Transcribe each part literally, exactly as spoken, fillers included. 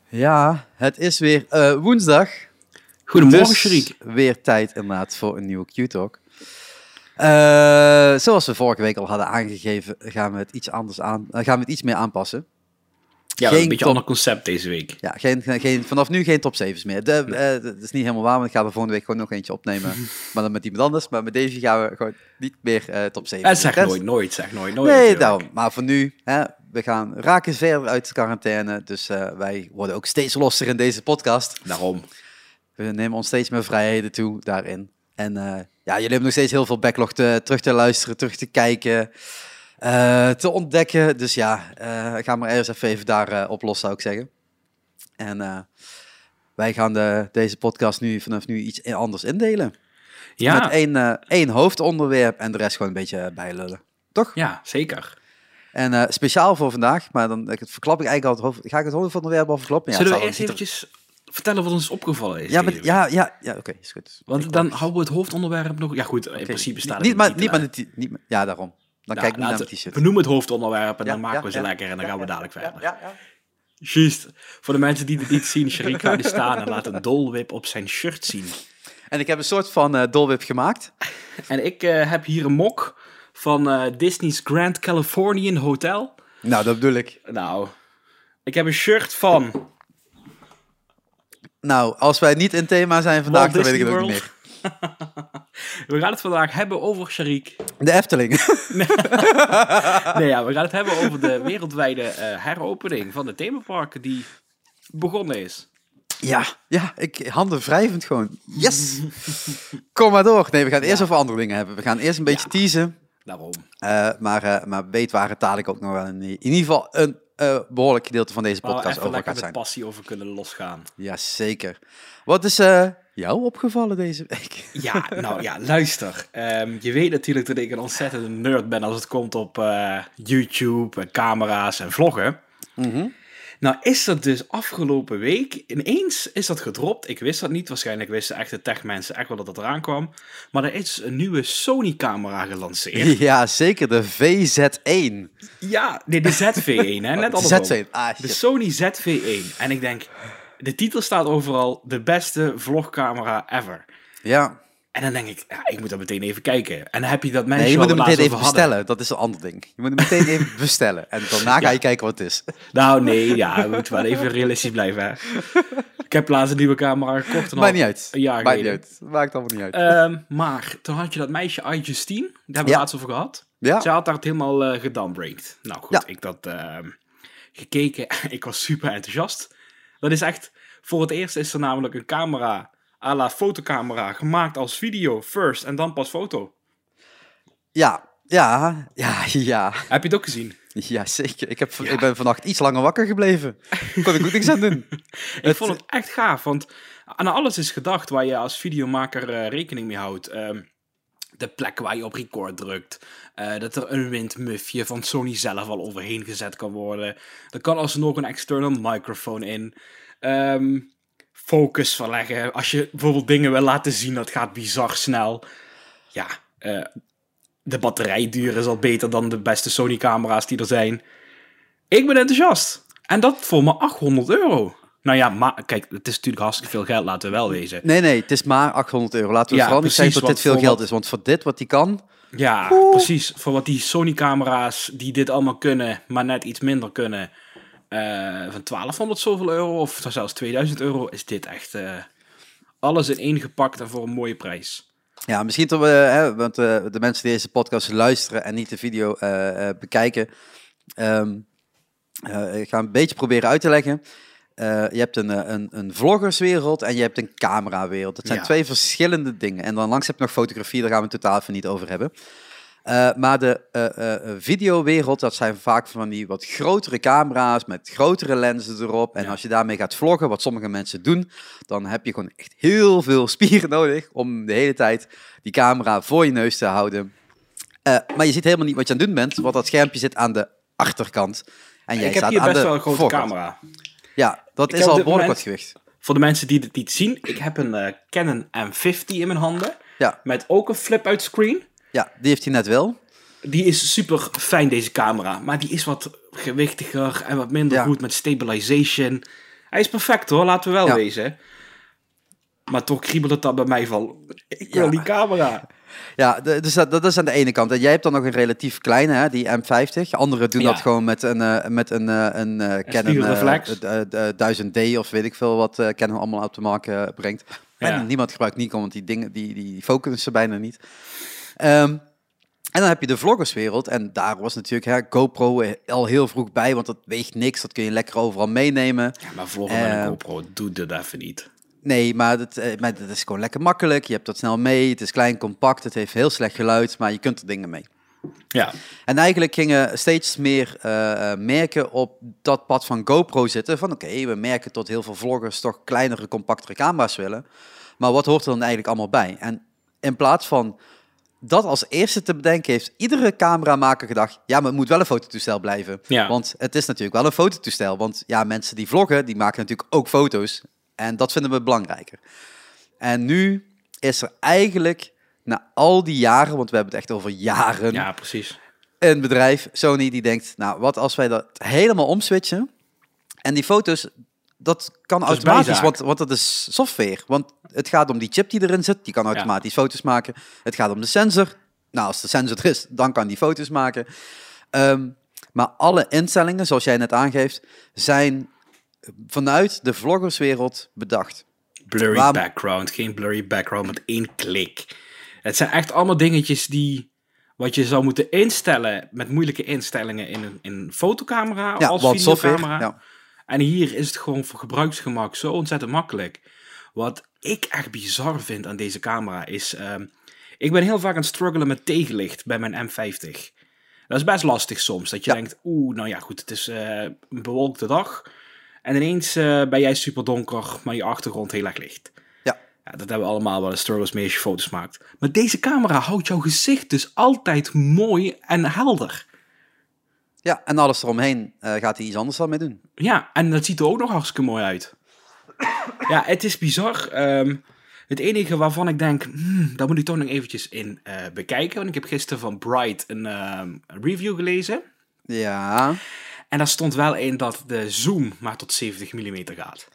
Ja, het is weer uh, woensdag. Goedemorgen, dus Sharik. Weer tijd inderdaad voor een nieuwe Q-Talk. Uh, zoals we vorige week al hadden aangegeven, gaan we het iets anders aan, uh, gaan we het iets meer aanpassen. Ja, geen een beetje top... ander concept deze week. Ja, geen, geen, vanaf nu geen top zeven's meer. De, nee. uh, dat is niet helemaal waar, want ik ga er volgende week gewoon nog eentje opnemen. maar dan met iemand anders. Maar met deze gaan we gewoon niet meer uh, top zeven. Ja, zeg Rest... nooit, nooit, zeg nooit, nooit. Nee, daarom. Maar voor nu, hè, we gaan raken verder uit de quarantaine. Dus uh, wij worden ook steeds losser in deze podcast. Daarom. We nemen ons steeds meer vrijheden toe daarin. En uh, ja, jullie hebben nog steeds heel veel backlog te, terug te luisteren, terug te kijken, uh, te ontdekken. Dus ja, uh, ga maar eerst even, even daar uh, op los, zou ik zeggen. En uh, wij gaan de, deze podcast nu vanaf nu iets anders indelen. Ja. Met één, uh, één hoofdonderwerp en de rest gewoon een beetje bijlullen. Toch? Ja, zeker. En uh, speciaal voor vandaag, maar dan verklap ik eigenlijk al het hoofd... Ga ik het hoofdonderwerp al verklappen? Ja, Zullen we eerst eventjes... Er... vertellen wat ons opgevallen is. Ja, maar, ja, ja, ja oké, okay, is goed. Want ik dan houden we het hoofdonderwerp nog... Ja goed, in okay. principe staat het niet, maar, niet, niet, maar niet, niet maar Ja, daarom. Dan nou, kijk ik niet naar t-shirt. We noemen het hoofdonderwerp en ja, dan maken ja, we ze ja, lekker en dan ja, gaan we ja, dadelijk ja, verder. Ja, ja, ja. Juist. Voor de mensen die het niet zien, Sharik gaat nu staan en laat een dolwip op zijn shirt zien. En ik heb een soort van uh, dolwip gemaakt. En ik uh, heb hier een mok van uh, Disney's Grand Californian Hotel. Nou, dat bedoel ik. Nou, ik heb een shirt van... Nou, als wij niet in thema zijn vandaag, dan weet ik het ook niet meer. We gaan het vandaag hebben over, Sharik... De Efteling. nee, ja, we gaan het hebben over de wereldwijde uh, heropening van de themaparken die begonnen is. Ja, ja, ik handen wrijvend gewoon. Yes! Kom maar door. Nee, we gaan het eerst ja. over andere dingen hebben. We gaan eerst een beetje ja. teasen. Daarom. Uh, maar, uh, maar weet waar het dadelijk ook nog wel in, in ieder geval een uh, behoorlijk gedeelte van deze podcast oh, over gaat zijn. Met passie over kunnen losgaan. Jazeker. Wat is uh, jou opgevallen deze week? Ja, nou ja, luister. Um, je weet natuurlijk dat ik een ontzettende nerd ben als het komt op uh, YouTube, camera's en vloggen. Mm-hmm. Nou is dat dus afgelopen week, ineens is dat gedropt. Ik wist dat niet, waarschijnlijk wisten echt de techmensen echt wel dat het eraan kwam. Maar er is een nieuwe Sony-camera gelanceerd. Ja, zeker, de V Z één. Ja, nee, de Z V één, hè, net andersom. Z V één, ah, de Sony Z V één. En ik denk, de titel staat overal, de beste vlogcamera ever. Ja. En dan denk ik, ja, ik moet dat meteen even kijken. En dan heb je dat mensen nee, je moet hem meteen even hadden. bestellen. Dat is een ander ding. Je moet hem meteen even bestellen. En daarna ga je ja. kijken wat het is. Nou, nee, ja, we moeten wel even realistisch blijven. Hè. Ik heb laatst een nieuwe camera gekocht. Maakt niet uit. Een jaar Maakt niet uit. Maakt allemaal niet uit. Um, maar toen had je dat meisje I Justine. Daar hebben we ja. laatst over gehad. Ja. Ze had daar het helemaal uh, gedownbreakt. Nou goed, ja. ik dat uh, gekeken. Ik was super enthousiast. Dat is echt... Voor het eerst is er namelijk een camera... à la fotocamera, gemaakt als video first en dan pas foto. Ja, ja, ja, ja. Heb je het ook gezien? Ja, zeker. Ik, heb, ja. ik ben vannacht iets langer wakker gebleven. Kon ik ook niks aan doen. ik het... vond het echt gaaf, want aan alles is gedacht waar je als videomaker uh, rekening mee houdt. Uh, de plek waar je op record drukt. Uh, dat er een windmufje van Sony zelf al overheen gezet kan worden. Er kan alsnog een external microfoon in. Um, focus verleggen. Als je bijvoorbeeld dingen wil laten zien, dat gaat bizar snel. Ja, uh, de batterijduur is al beter dan de beste Sony-camera's die er zijn. Ik ben enthousiast. En dat voor maar achthonderd euro. Nou ja, maar kijk, het is natuurlijk hartstikke veel geld, laten we wel wezen. Nee, nee, het is maar achthonderd euro. Laten we ja, vooral niet zeggen dat dit veel geld wat... is, want voor dit wat die kan... Ja, Oeh. precies. Voor wat die Sony-camera's die dit allemaal kunnen, maar net iets minder kunnen... Uh, van twaalfhonderd zoveel euro of zelfs tweeduizend euro is dit echt uh, alles in één gepakt en voor een mooie prijs. Ja, misschien toch, uh, hè, want uh, de mensen die deze podcast luisteren en niet de video uh, uh, bekijken, um, uh, ik ga een beetje proberen uit te leggen. Uh, je hebt een, een, een vloggerswereld en je hebt een camerawereld. Dat zijn ja. twee verschillende dingen. En dan langs heb je nog fotografie, daar gaan we het totaal even niet over hebben. Uh, maar de uh, uh, videowereld, dat zijn vaak van die wat grotere camera's met grotere lenzen erop. En ja. als je daarmee gaat vloggen, wat sommige mensen doen, dan heb je gewoon echt heel veel spieren nodig om de hele tijd die camera voor je neus te houden. Uh, maar je ziet helemaal niet wat je aan het doen bent, want dat schermpje zit aan de achterkant. En jij ik heb staat hier aan best de wel een grote voorkant. camera. Ja, dat ik is al behoorlijk wat gewicht. Voor de mensen die dit niet zien, ik heb een uh, Canon M vijftig in mijn handen. Ja. Met ook een flip-out screen. Ja, die heeft hij net wel. Die is super fijn, deze camera. Maar die is wat gewichtiger en wat minder ja. goed met stabilization. Hij is perfect hoor, laten we wel Ja. wezen. Maar toch kriebelt het dan bij mij van, ik wil Ja. die camera. Ja, de- dus dat, dat is aan de ene kant. En jij hebt dan nog een relatief kleine, hè, die M vijftig. Anderen doen Ja. dat gewoon met een, eh, met een, eh, een, eh, Canon spiegelreflex. eh, eh, eh, duizend D of weet ik veel wat eh, Canon allemaal op de markt eh, brengt. Ja. En niemand gebruikt Nikon, want die dingen die, die focussen bijna niet. Ehm, en dan heb je de vloggerswereld. En daar was natuurlijk hè, GoPro al heel vroeg bij, want dat weegt niks. Dat kun je lekker overal meenemen. Ja, maar vloggen met Eh, een GoPro doet dat even niet. Nee, maar het, eh, maar het is gewoon lekker makkelijk. Je hebt dat snel mee. Het is klein, compact. Het heeft heel slecht geluid, maar je kunt er dingen mee. Ja, En eigenlijk gingen steeds meer eh, eh, merken op dat pad van GoPro zitten. Van oké, we merken tot heel veel vloggers toch kleinere, compactere camera's willen. Maar wat hoort er dan eigenlijk allemaal bij? En in plaats van dat als eerste te bedenken, heeft iedere cameramaker gedacht, ja, maar het moet wel een fototoestel blijven. Ja. Want het is natuurlijk wel een fototoestel. Want ja, mensen die vloggen, die maken natuurlijk ook foto's. En dat vinden we belangrijker. En nu is er eigenlijk, na al die jaren, want we hebben het echt over jaren, ja, precies. een bedrijf, Sony, die denkt, nou, wat als wij dat helemaal omswitchen en die foto's, dat kan Dat is automatisch, bijzaak. want, want dat is software. Want het gaat om die chip die erin zit, die kan automatisch foto's maken. Het gaat om de sensor. Nou, als de sensor er is, dan kan die foto's maken. Ehm, maar alle instellingen, zoals jij net aangeeft, zijn vanuit de vloggerswereld bedacht. Blurry Waarom- background, geen blurry background met één klik. Het zijn echt allemaal dingetjes die, wat je zou moeten instellen met moeilijke instellingen in een, in een fotocamera Ja, als wat software. videocamera. Ja. En hier is het gewoon voor gebruiksgemak zo ontzettend makkelijk. Wat ik echt bizar vind aan deze camera is, ehm, ik ben heel vaak aan het struggelen met tegenlicht bij mijn M vijftig. Dat is best lastig soms, dat je Ja. denkt, oeh, nou ja goed, het is eh, een bewolkte dag. En ineens eh, ben jij super donker, maar je achtergrond heel erg licht. Ja. Ja, dat hebben we allemaal wel eens struggles mee als je foto's maakt. Maar deze camera houdt jouw gezicht dus altijd mooi en helder. Ja, en alles eromheen eh, gaat hij iets anders dan mee doen. Ja, en dat ziet er ook nog hartstikke mooi uit. Ja, het is bizar. Ehm, het enige waarvan ik denk, hmm, daar moet ik toch nog eventjes in eh, bekijken. Want ik heb gisteren van Bright een ehm, review gelezen. Ja, En daar stond wel in dat de zoom maar tot zeventig millimeter gaat.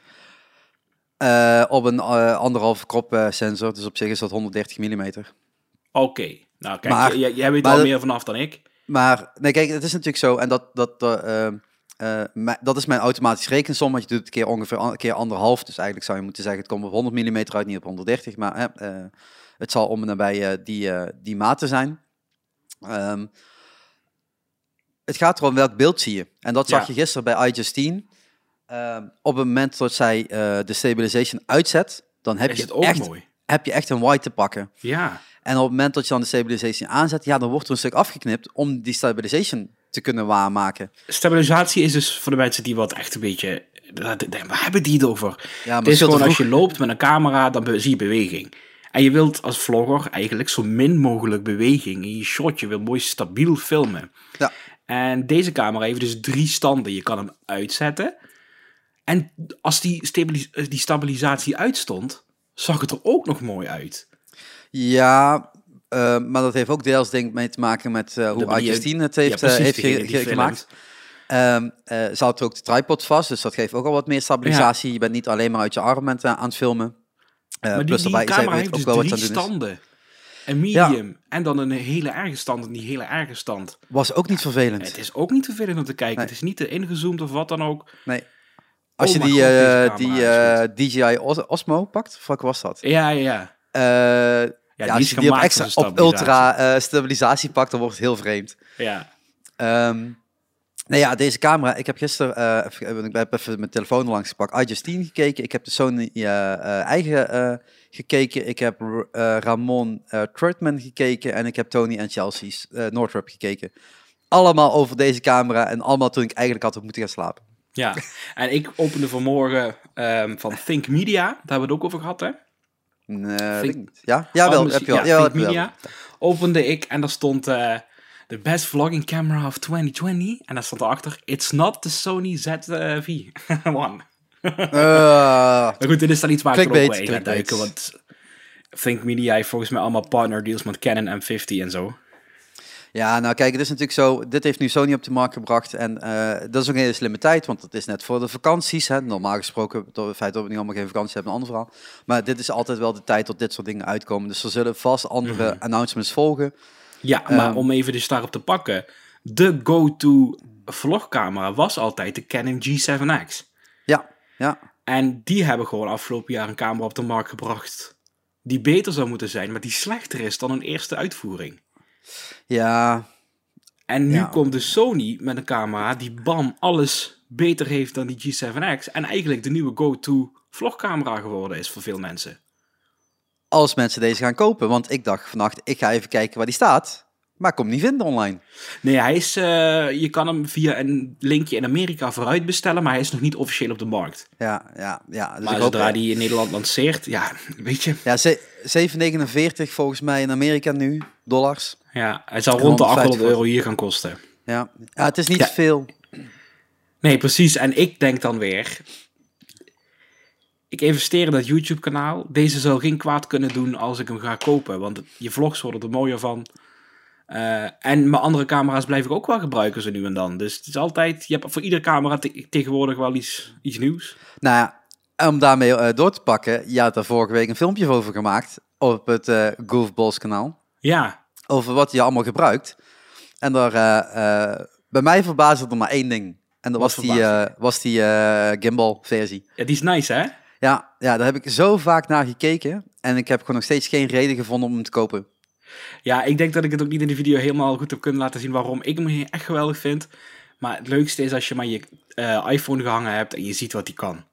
eh, op een eh, anderhalve krop eh, sensor, dus op zich is dat honderddertig millimeter. Oké, nou kijk, Maar- jij, jij weet maar al dat- meer vanaf dan ik. Maar nee, kijk, het is natuurlijk zo, en dat, dat, eh, eh, eh, mijn- dat is mijn automatisch rekensom, want je doet het keer ongeveer een keer anderhalf. Dus eigenlijk zou je moeten zeggen, het komt op honderd millimeter uit, niet op honderddertig. Maar eh, eh, het zal om en nabij eh, die, eh, die maten zijn. Ehm, het gaat erom welk beeld zie je. En dat zag Ja. je gisteren bij iJustine. Ehm, op het moment dat zij eh, de stabilization uitzet, dan heb Is je, het ook echt, mooi. heb je echt een white te pakken. Ja, En op het moment dat je dan de stabilization aanzet, ja, dan wordt er een stuk afgeknipt om die stabilization te kunnen waarmaken. stabilisatie is dus voor de mensen die wat echt een beetje... Waar hebben die het over? Ja, maar Het is veel te gewoon als vroeg. je loopt met een camera, dan be- zie je beweging. En je wilt als vlogger eigenlijk zo min mogelijk beweging in je shot. Je wilt mooi stabiel filmen. Ja. En deze camera heeft dus drie standen. Je kan hem uitzetten. En als die, stabilis- eh, die stabilisatie uitstond, zag het er ook nog mooi uit. Ja, eh, maar dat heeft ook deels denk ik mee te maken met eh, De hoe manier- iJustine het Ja, heeft, precies, eh, heeft ge- degene die ge- filmt. gemaakt. Ehm, eh, ze had ook de tripod vast, dus dat geeft ook al wat meer stabilisatie. Je bent niet alleen maar uit je arm aan het, aan het filmen. Eh, Maar die, plus die daarbij, zij camera weet heeft ook dus wel wat drie ze aan het doen is. standen. Een medium. En dan een hele erge stand en die hele erge stand. Was ook niet vervelend. Het is ook niet vervelend om te kijken. Nee. Het is niet te ingezoomd of wat dan ook. Nee. Als Oh je mijn die, god, deze eh, camera die is eh, goed. D J I Os- Osmo pakt, of welke was dat? Ja, ja, ja. Eh, ja, die als is je die op, gemaakt extra, voor op stabilisatie. ultra eh, stabilisatie pakt, dan wordt het heel vreemd. Ja. Ehm nou ja, deze camera. Ik heb gisteren, eh, even, ik heb even mijn telefoon langs gepakt, iJustine gekeken. Ik heb de Sony eh, eh, eigen eh, gekeken. Ik heb eh, Ramon eh, Trotman gekeken. En ik heb Tony en Chelsea's eh, Northrop gekeken. Allemaal over deze camera. En allemaal toen ik eigenlijk had moeten gaan slapen. Ja. En ik opende vanmorgen ehm, van Think Media. Daar hebben we het ook over gehad, hè? Nee, Think- weet ik niet. Ja, jawel, Oh, misschien- heb je wel. ja, Jawel, Think heb je wel. Media. Opende ik en daar stond eh the best vlogging camera of twinty twenty. En daar stond erachter, it's not the Sony Z V one. Eh, Maar goed, dit is dan iets waar ik er ook Clickbait, wel in ga clickbait. duiken. Want Think Media heeft volgens mij allemaal partner deals met Canon M fifty en zo. Ja, nou kijk, het is natuurlijk zo, dit heeft nu Sony op de markt gebracht en uh, dat is ook een hele slimme tijd, want het is net voor de vakanties. Hè. Normaal gesproken, door het feit dat we nu allemaal geen vakantie hebben, een ander verhaal. Maar dit is altijd wel de tijd dat dit soort dingen uitkomen. Dus er zullen vast andere mm-hmm. announcements volgen. Ja, maar um, om even dus daarop te pakken, de go-to vlogcamera was altijd de Canon G seven X. Ja, ja. En die hebben gewoon afgelopen jaar een camera op de markt gebracht die beter zou moeten zijn, maar die slechter is dan een eerste uitvoering. Ja. En nu ja. komt de Sony met een camera die bam alles beter heeft dan die G seven X. En eigenlijk de nieuwe go-to vlogcamera geworden is voor veel mensen. Als mensen deze gaan kopen. Want ik dacht vannacht, ik ga even kijken waar die staat. Maar ik kom niet vinden online. Nee, hij is, uh, je kan hem via een linkje in Amerika vooruit bestellen, maar hij is nog niet officieel op de markt. Ja, ja, ja. Dus maar zodra hij in Nederland lanceert, ja, weet je. Ja, zeven negenenveertig volgens mij in Amerika nu, dollars. Ja, hij zal rond de achthonderd euro hier gaan kosten. Ja, ja het is niet ja. veel. Nee, precies. En ik denk dan weer, ik investeer in dat YouTube-kanaal. Deze zou geen kwaad kunnen doen als ik hem ga kopen, want je vlogs worden er mooier van. Uh, en mijn andere camera's blijf ik ook wel gebruiken zo nu en dan. Dus het is altijd, je hebt voor iedere camera te- tegenwoordig wel iets, iets nieuws. Nou ja, om daarmee uh, door te pakken, je had er vorige week een filmpje over gemaakt op het uh, Goofballs kanaal. Ja. Over wat je allemaal gebruikt. En daar, uh, uh, bij mij verbaasde er maar één ding. En dat was die, uh, was die uh, gimbal versie. Ja, die is nice, hè? Ja, ja, daar heb ik zo vaak naar gekeken. En ik heb gewoon nog steeds geen reden gevonden om hem te kopen. Ja, ik denk dat ik het ook niet in de video helemaal goed heb kunnen laten zien waarom ik hem echt geweldig vind. Maar het leukste is als je maar je uh, iPhone gehangen hebt en je ziet wat hij kan.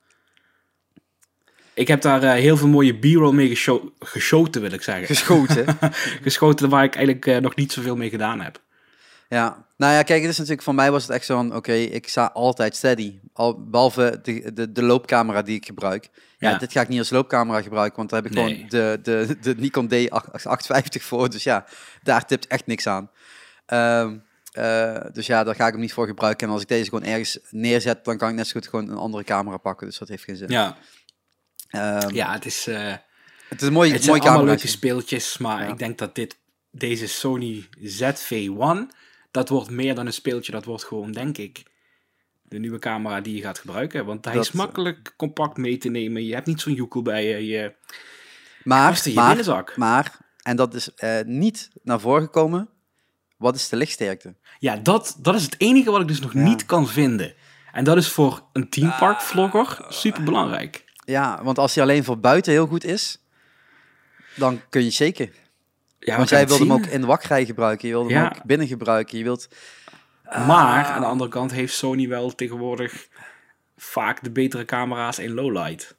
Ik heb daar uh, heel veel mooie b-roll mee gescho- geschoten, wil ik zeggen. Geschoten? Geschoten waar ik eigenlijk uh, nog niet zoveel mee gedaan heb. Ja, nou ja, kijk, het is natuurlijk, voor mij was het echt zo'n, oké, okay, ik sta altijd steady. Al, behalve de, de, de loopcamera die ik gebruik. Ja, ja, dit ga ik niet als loopcamera gebruiken, want daar heb ik nee. gewoon de, de, de Nikon D achthonderdvijftig voor. Dus ja, daar tipt echt niks aan. Uh, uh, dus ja, daar ga ik hem niet voor gebruiken. En als ik deze gewoon ergens neerzet, dan kan ik net zo goed gewoon een andere camera pakken. Dus dat heeft geen zin. Ja, um, ja het is... Uh, het is een mooi, het mooi zijn allemaal camera. leuke speeltjes, maar ja. ik denk dat dit, deze Sony Z V één, dat wordt meer dan een speeltje. Dat wordt gewoon, denk ik, de nieuwe camera die je gaat gebruiken. Want hij dat, is makkelijk compact mee te nemen. Je hebt niet zo'n joekel bij je. je maar, je maar, binnenzak. maar, en dat is uh, niet naar voren gekomen, wat is de lichtsterkte? Ja, dat, dat is het enige wat ik dus nog ja. niet kan vinden. En dat is voor een teampark vlogger super belangrijk. Ja, want als hij alleen voor buiten heel goed is, dan kun je shaken. Ja, want jij wilde hem ook in de wachtrij gebruiken. Je wilde ja. hem ook binnen gebruiken. Je wilt... Maar uh, aan de andere kant heeft Sony wel tegenwoordig vaak de betere camera's in lowlight.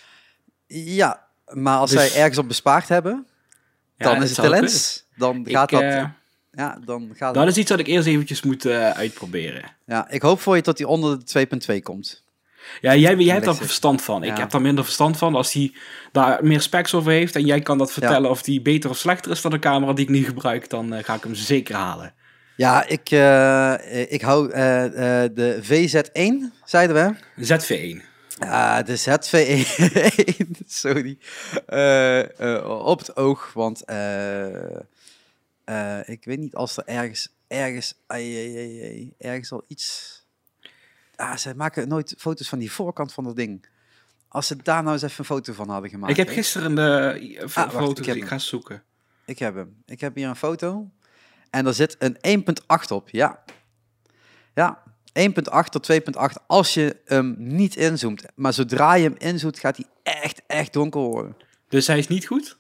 Ja, maar als dus, zij ergens op bespaard hebben, ja, dan is het de lens. Dan gaat ik, dat... Uh, ja, dan gaat dat is iets wat ik eerst eventjes moet uh, uitproberen. Ja, ik hoop voor je dat hij onder de twee punt twee komt. Ja, jij, jij hebt daar verstand van. Ja. Ik heb daar minder verstand van. Als hij daar meer specs over heeft en jij kan dat vertellen ja. of die beter of slechter is dan de camera die ik nu gebruik, dan uh, ga ik hem zeker halen. Ja, ik, uh, ik hou uh, uh, de V Z één, zeiden we. Z V één. Ja, de Z V één, sorry, uh, uh, op het oog, want uh, uh, ik weet niet als er ergens, ergens, ai, ai, ai, ai, ergens al iets... Ah, zij maken nooit foto's van die voorkant van dat ding. Als ze daar nou eens even een foto van hadden gemaakt. Ik heb gisteren de uh, ah, foto's, wacht, ik, heb ik ga zoeken. Ik heb hem. Ik heb hier een foto. En er zit een één punt acht op, ja. Ja, één punt acht tot twee punt acht als je hem niet inzoomt. Maar zodra je hem inzoomt, gaat hij echt, echt donker worden. Dus hij is niet goed?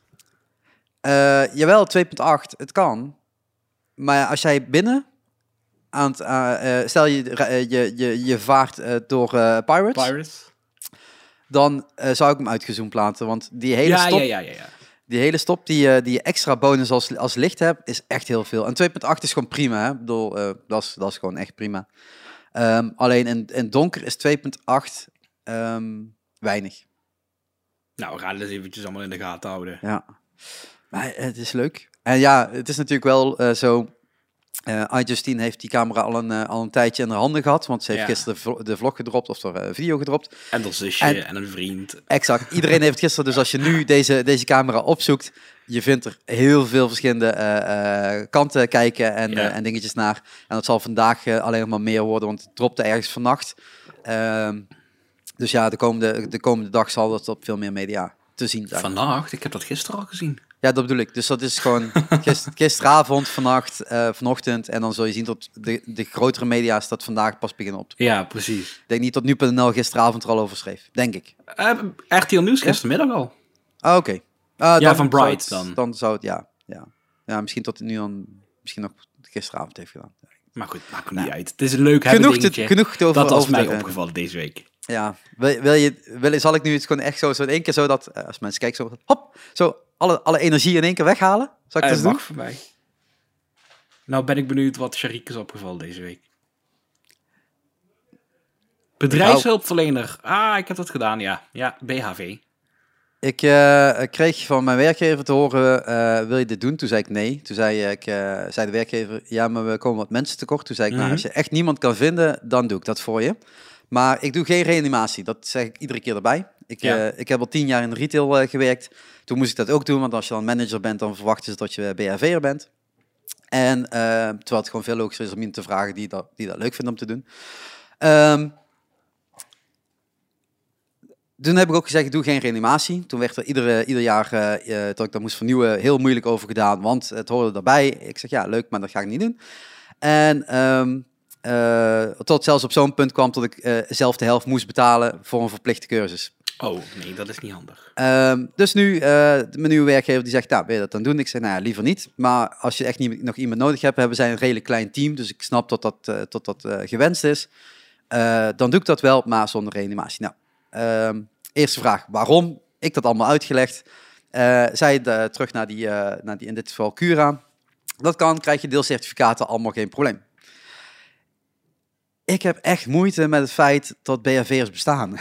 Uh, jawel, twee punt acht, het kan. Maar als jij binnen... Aan het, uh, uh, stel je, uh, je, je, je vaart uh, door uh, Pirates, Pirates, dan uh, zou ik hem uitgezoomd laten. Want die hele ja, stop, ja, ja, ja, ja. die hele stop die, uh, die je extra bonus als, als licht hebt, is echt heel veel. En twee punt acht is gewoon prima. Hè? Ik bedoel, uh, dat is, dat is gewoon echt prima. Um, alleen in, in donker is twee punt acht um, weinig. Nou, we gaan het eens eventjes allemaal in de gaten houden. Ja, maar het is leuk. En ja, het is natuurlijk wel uh, zo... Uh, iJustine heeft die camera al een, uh, al een tijdje in haar handen gehad, want ze heeft ja. gisteren de, vlog, de vlog gedropt, of de uh, video gedropt. En een zusje en, en een vriend. Exact. Iedereen heeft het gisteren, dus als je nu deze, deze camera opzoekt, je vindt er heel veel verschillende uh, uh, kanten kijken en, ja. uh, en dingetjes naar. En dat zal vandaag uh, alleen nog maar meer worden, want het dropte ergens vannacht. Uh, dus ja, de komende, de komende dag zal dat op veel meer media te zien zijn. Vannacht? Ik heb dat gisteren al gezien. Ja, dat bedoel ik. Dus dat is gewoon gister, gisteravond, vannacht, uh, vanochtend. En dan zul je zien dat de, de grotere media's dat vandaag pas beginnen op te komen. Ja, precies. Ik denk niet dat nu punt n l gisteravond er al over schreef. Denk ik. Uh, R T L Nieuws gistermiddag al. Ah, oké. Okay. Uh, ja, van Bright zou het, dan. Dan zou het, ja. Ja, ja misschien tot het nu dan, misschien nog gisteravond heeft gedaan. Maar goed, maakt het niet nou, uit. Het is een leuk hebben dingetje. Genoeg te over, dat was over mij de, opgevallen deze week. Ja, wil, wil je, wil, zal ik nu het gewoon echt zo, zo in één keer zo dat, uh, als mensen kijken, zo, hop, zo alle, alle energie in één keer weghalen? Zal ik uh, dat doen? Mag voor mij. Nou ben ik benieuwd wat Sharik is opgevallen deze week. Bedrijfshulpverlener. Ah, ik heb dat gedaan, ja. Ja, B H V. Ik uh, kreeg van mijn werkgever te horen, uh, wil je dit doen? Toen zei ik nee. Toen zei, ik, uh, zei de werkgever, ja, maar we komen wat mensen tekort. Toen zei ik, mm-hmm. nou, als je echt niemand kan vinden, dan doe ik dat voor je. Maar ik doe geen reanimatie, dat zeg ik iedere keer erbij. Ik, ja. uh, ik heb al tien jaar in de retail uh, gewerkt. Toen moest ik dat ook doen, want als je dan manager bent, dan verwachten ze dat je B H V'er bent. En uh, terwijl het gewoon veel logischer is om iemand te vragen die dat, die dat leuk vindt om te doen. Um, Toen heb ik ook gezegd, ik doe geen reanimatie. Toen werd er iedere, ieder jaar uh, uh, dat ik dat moest vernieuwen heel moeilijk over gedaan, want het hoorde erbij. Ik zeg, ja, leuk, maar dat ga ik niet doen. En um, uh, tot zelfs op zo'n punt kwam dat ik uh, zelf de helft moest betalen voor een verplichte cursus. Oh, nee, dat is niet handig. Um, dus nu, uh, mijn nieuwe werkgever die zegt, nou, wil je dat dan doen? Ik zeg, nou ja, liever niet. Maar als je echt niet, nog iemand nodig hebt, hebben zij een redelijk klein team, dus ik snap dat dat, uh, tot dat uh, gewenst is. Uh, dan doe ik dat wel, maar zonder reanimatie. Nou, um, eerste vraag, waarom? Ik dat allemaal uitgelegd. Uh, zij uh, terug naar die, uh, naar die, in dit geval Cura. Dat kan, krijg je deelcertificaten, allemaal geen probleem. Ik heb echt moeite met het feit dat B H V'ers bestaan.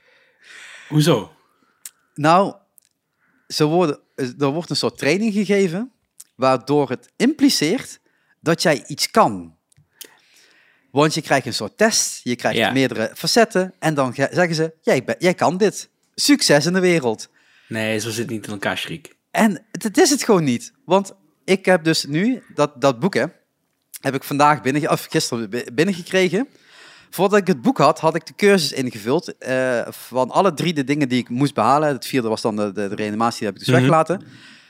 Hoezo? Nou, ze worden, er wordt een soort training gegeven, waardoor het impliceert dat jij iets kan. Want je krijgt een soort test, je krijgt ja. meerdere facetten en dan zeggen ze, jij, jij kan dit. Succes in de wereld. Nee, zo zit het niet in elkaar, Schrik. En het is het gewoon niet. Want ik heb dus nu, dat, dat boek hè, heb ik vandaag binnen, of gisteren binnengekregen. Voordat ik het boek had, had ik de cursus ingevuld uh, van alle drie de dingen die ik moest behalen. Het vierde was dan de, de, de reanimatie, die heb ik dus mm-hmm. weggelaten.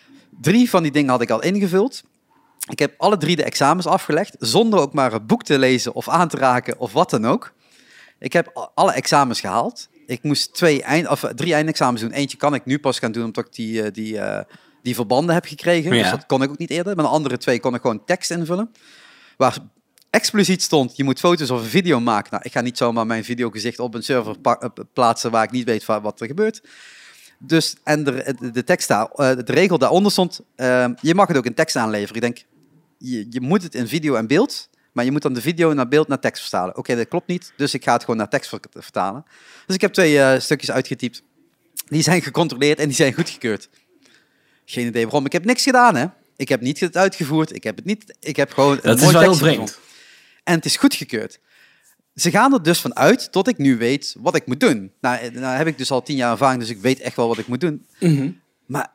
Drie van die dingen had ik al ingevuld. Ik heb alle drie de examens afgelegd, zonder ook maar een boek te lezen of aan te raken of wat dan ook. Ik heb alle examens gehaald. Ik moest twee eind, of drie eindexamens doen. Eentje kan ik nu pas gaan doen, omdat ik die, die, uh, die verbanden heb gekregen. Ja. Dus dat kon ik ook niet eerder. Maar de andere twee kon ik gewoon tekst invullen. Waar expliciet stond, je moet foto's of een video maken. Nou, ik ga niet zomaar mijn videogezicht op een server pa- plaatsen waar ik niet weet wat er gebeurt. Dus, en de, de, de tekst daar, uh, de regel daaronder stond, uh, je mag het ook in tekst aanleveren. Ik denk, je, je moet het in video en beeld, maar je moet dan de video naar beeld naar tekst vertalen. Oké, okay, dat klopt niet, dus ik ga het gewoon naar tekst vertalen. Dus ik heb twee uh, stukjes uitgetypt. Die zijn gecontroleerd en die zijn goedgekeurd. Geen idee waarom. Ik heb niks gedaan, hè. Ik heb niet het uitgevoerd. Ik heb het niet. Ik heb gewoon een dat mooi is wel heel tekstje vreemd. gevonden. En het is goedgekeurd. Ze gaan er dus van uit tot ik nu weet wat ik moet doen. Nou, nou heb ik dus al tien jaar ervaring, dus ik weet echt wel wat ik moet doen. Mm-hmm. Maar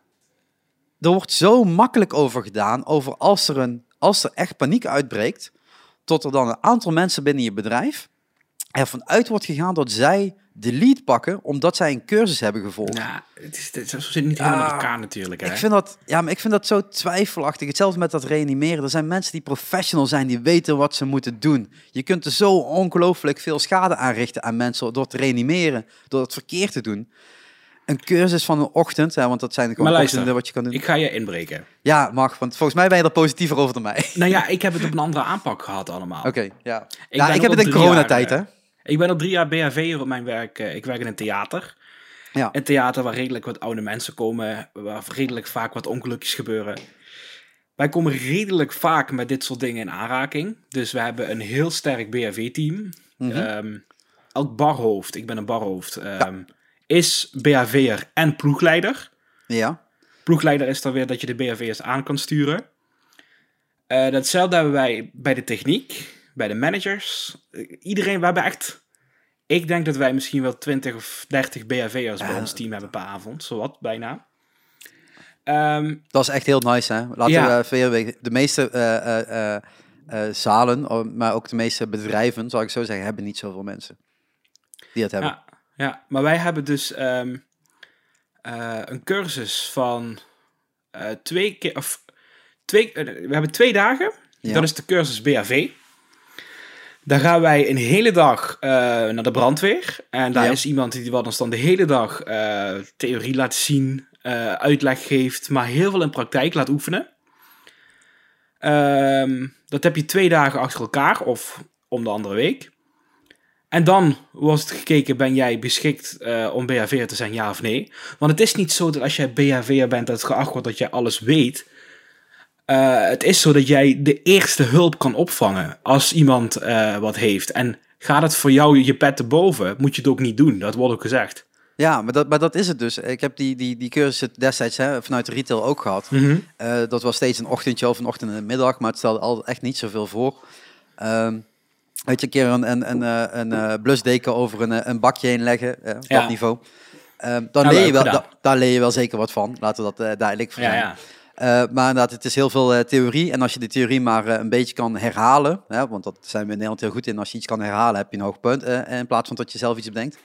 er wordt zo makkelijk over gedaan, over als er, een, als er echt paniek uitbreekt, tot er dan een aantal mensen binnen je bedrijf ervan uit wordt gegaan dat zij de lead pakken, omdat zij een cursus hebben gevolgd. Ja, het is, het, zo zit niet helemaal uh, in elkaar natuurlijk. Hè? Ik vind dat, ja, maar ik vind dat zo twijfelachtig. Hetzelfde met dat reanimeren. Er zijn mensen die professional zijn, die weten wat ze moeten doen. Je kunt er zo ongelooflijk veel schade aanrichten aan mensen door te reanimeren, door het verkeerd te doen. Een cursus van een ochtend, hè, want dat zijn gewoon ochtenden wat je kan doen. Ik ga je inbreken. Ja, mag, want volgens mij ben je er positiever over dan mij. Nou ja, ik heb het op een andere aanpak gehad allemaal. Oké, okay, ja. Ik, ja, ik heb het in coronatijd, hè. Ik ben al drie jaar B H V'er op mijn werk. Ik werk in een theater. Ja. Een theater waar redelijk wat oude mensen komen. Waar redelijk vaak wat ongelukjes gebeuren. Wij komen redelijk vaak met dit soort dingen in aanraking. Dus we hebben een heel sterk B H V-team. Mm-hmm. Um, elk barhoofd, ik ben een barhoofd, um, ja. is B H V'er en ploegleider. Ja. Ploegleider is dan weer dat je de B H V'ers aan kan sturen. Uh, datzelfde hebben wij bij de techniek, bij de managers. Iedereen, we hebben echt... Ik denk dat wij misschien wel twintig of dertig B H V'ers bij uh, ons team hebben per avond. Zowat, bijna. Um, dat is echt heel nice, hè? Laten ja. we veel weten. De meeste uh, uh, uh, uh, zalen, maar ook de meeste bedrijven, zal ik zo zeggen, hebben niet zoveel mensen die dat hebben. Ja, ja. Maar wij hebben dus um, uh, een cursus van uh, twee keer... Of twee, uh, we hebben twee dagen. Ja. Dat is de cursus B H V. Daar gaan wij een hele dag uh, naar de brandweer. En daar ja. is iemand die wat ons dan de hele dag uh, theorie laat zien, uh, uitleg geeft, maar heel veel in praktijk laat oefenen. Um, dat heb je twee dagen achter elkaar of om de andere week. En dan wordt het gekeken, ben jij beschikt uh, om B H V'er te zijn, ja of nee? Want het is niet zo dat als jij B H V'er bent, dat het geacht wordt dat jij alles weet. Uh, het is zo dat jij de eerste hulp kan opvangen als iemand uh, wat heeft. En gaat het voor jou je pet te boven, moet je het ook niet doen. Dat wordt ook gezegd. Ja, maar dat, maar dat is het dus. Ik heb die, die, die cursus destijds hè, vanuit de retail ook gehad. Mm-hmm. Uh, dat was steeds een ochtendje of een ochtend en een middag, maar het stelde altijd echt niet zoveel voor. Um, weet je, een keer een, een, een, een, een blusdeken over een, een bakje heen leggen, uh, op ja. dat niveau. Um, dan ja, leer je wel, da, daar leer je wel zeker wat van. Laten we dat uh, duidelijk voor zijn. Ja, ja. Uh, maar inderdaad, het is heel veel uh, theorie. En als je de theorie maar uh, een beetje kan herhalen, hè, want dat zijn we in Nederland heel goed in. Als je iets kan herhalen, heb je een hoog punt. Uh, in plaats van dat je zelf iets bedenkt.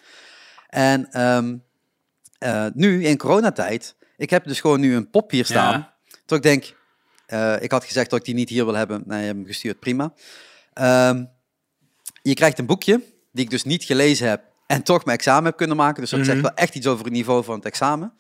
En um, uh, nu, in coronatijd, ik heb dus gewoon nu een pop hier staan. Ja. Tot ik denk, uh, ik had gezegd dat ik die niet hier wil hebben. Nee, je hebt hem gestuurd, prima. Um, je krijgt een boekje, die ik dus niet gelezen heb. En toch mijn examen heb kunnen maken. Dus dat mm-hmm. zegt wel echt iets over het niveau van het examen.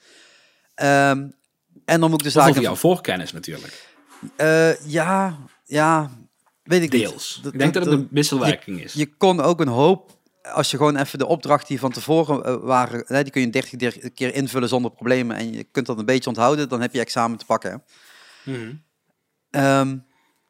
Um, En dan moet ik dus over jouw voorkennis natuurlijk. Uh, ja, ja, weet ik Deels. niet. Dat, ik denk dat, dat het een wisselwerking je, is. Je kon ook een hoop, als je gewoon even de opdracht die van tevoren uh, waren, hè, die kun je dertig keer invullen zonder problemen en je kunt dat een beetje onthouden, dan heb je examen te pakken. Mm-hmm. Um,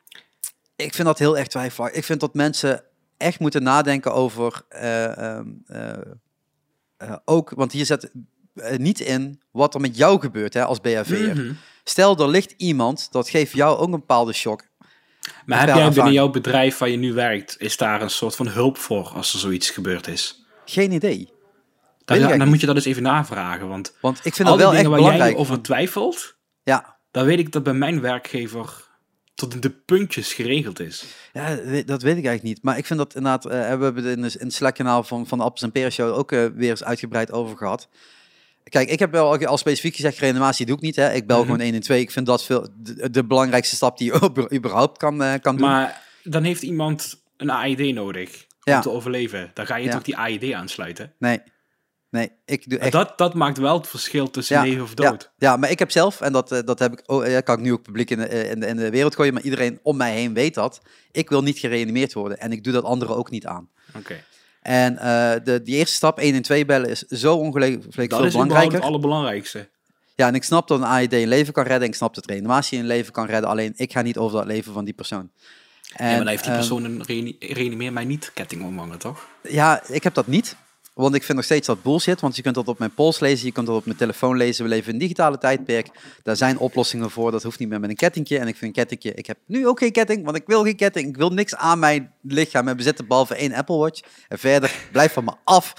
ik vind dat heel erg twijfelachtig. Ik vind dat mensen echt moeten nadenken over, uh, um, uh, uh, ook, want hier zet uh, niet in wat er met jou gebeurt hè, als B H V'er. Mm-hmm. Stel, er ligt iemand, dat geeft jou ook een bepaalde shock. Maar heb jij binnen jouw bedrijf waar je nu werkt, is daar een soort van hulp voor als er zoiets gebeurd is? Geen idee. Dan, dan moet je dat eens even navragen, want, want ik vind dat wel echt waar belangrijk. Jij over twijfelt, ja. dan weet ik dat bij mijn werkgever tot de puntjes geregeld is. Ja, dat weet ik eigenlijk niet. Maar ik vind dat inderdaad, uh, we hebben in het Slack-kanaal van, van de Appels en Peren Show ook uh, weer eens uitgebreid over gehad. Kijk, ik heb wel al specifiek gezegd, reanimatie doe ik niet. Hè. Ik bel mm-hmm. gewoon één en twee. Ik vind dat veel de, de belangrijkste stap die je überhaupt kan, uh, kan doen. Maar dan heeft iemand een A E D nodig ja. om te overleven. Dan ga je ja. toch die A E D aansluiten? Nee. Nee, ik doe echt... dat, dat maakt wel het verschil tussen ja, leven of dood. Ja, ja, maar ik heb zelf, en dat, dat heb ik, oh, ja, kan ik nu ook publiek in de, in, de, in de wereld gooien, maar iedereen om mij heen weet dat. Ik wil niet gereanimeerd worden en ik doe dat anderen ook niet aan. Oké. Okay. En uh, de, die eerste stap, één en twee bellen, is zo ongelooflijk veel belangrijker. Dat is het allerbelangrijkste. Ja, en ik snap dat een A E D een leven kan redden. Ik snap dat reanimatie een leven kan redden. Alleen, ik ga niet over dat leven van die persoon. En, ja, maar dan heeft die persoon um, een reanimeer mij niet ketting omhangen, toch? Ja, ik heb dat niet. Want ik vind nog steeds dat bullshit. Want je kunt dat op mijn pols lezen, je kunt dat op mijn telefoon lezen. We leven in een digitale tijdperk. Daar zijn oplossingen voor. Dat hoeft niet meer met een kettingje. En ik vind een kettingje... Ik heb nu ook geen ketting, want ik wil geen ketting. Ik wil niks aan mijn lichaam hebben zitten, behalve één Apple Watch. En verder, blijf van me af.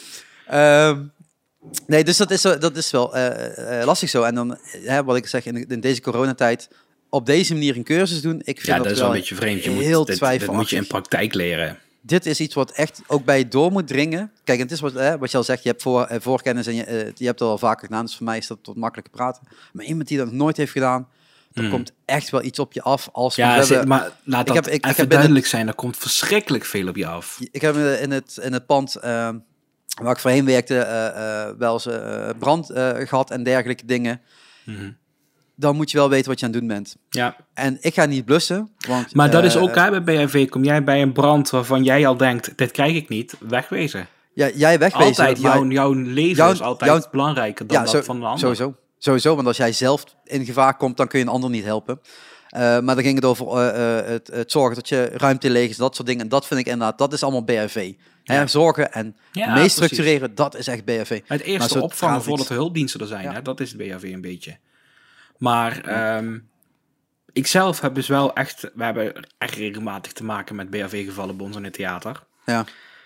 Um, nee, dus dat is, dat is wel uh, uh, lastig zo. En dan, hè, wat ik zeg, in, in deze coronatijd... op deze manier een cursus doen, ik vind ja, dat, dat is wel een beetje vreemd. Je heel moet, dit, dit moet je in praktijk leren. Dit is iets wat echt ook bij je door moet dringen. Kijk, het is wat, hè, wat je al zegt, je hebt voor, eh, voorkennis en je, uh, je hebt het al vaker gedaan. Dus voor mij is dat wat makkelijker praten. Maar iemand die dat nog nooit heeft gedaan, er mm. komt echt wel iets op je af. Als ja, we zit, hebben, maar laat dat ik heb, ik, even ik duidelijk het, zijn. Er komt verschrikkelijk veel op je af. Ik heb in het, in het pand uh, waar ik voorheen werkte, uh, uh, wel eens uh, brand uh, gehad en dergelijke dingen. Mm. Dan moet je wel weten wat je aan het doen bent. Ja. En ik ga niet blussen. Want, maar dat uh, is ook hè, bij B H V. Kom jij bij een brand waarvan jij al denkt, dit krijg ik niet, wegwezen. Ja, jij wegwezen. Altijd, jouw, jouw leven jouw, is altijd jouw, belangrijker dan ja, dat zo, van de ander. Sowieso. Sowieso, want als jij zelf in gevaar komt, dan kun je een ander niet helpen. Uh, maar dan ging het over uh, uh, het, het zorgen dat je ruimte leeg is, dat soort dingen. En dat vind ik inderdaad, dat is allemaal B H V. Ja. Hè, zorgen en ja, meestructureren, precies. Dat is echt B H V. Het eerste opvangen voordat de hulpdiensten er zijn, ja. Hè, dat is het B H V een beetje. Maar um, ik zelf heb dus wel echt... We hebben echt regelmatig te maken met B H V-gevallen bij ons in het theater. Ja.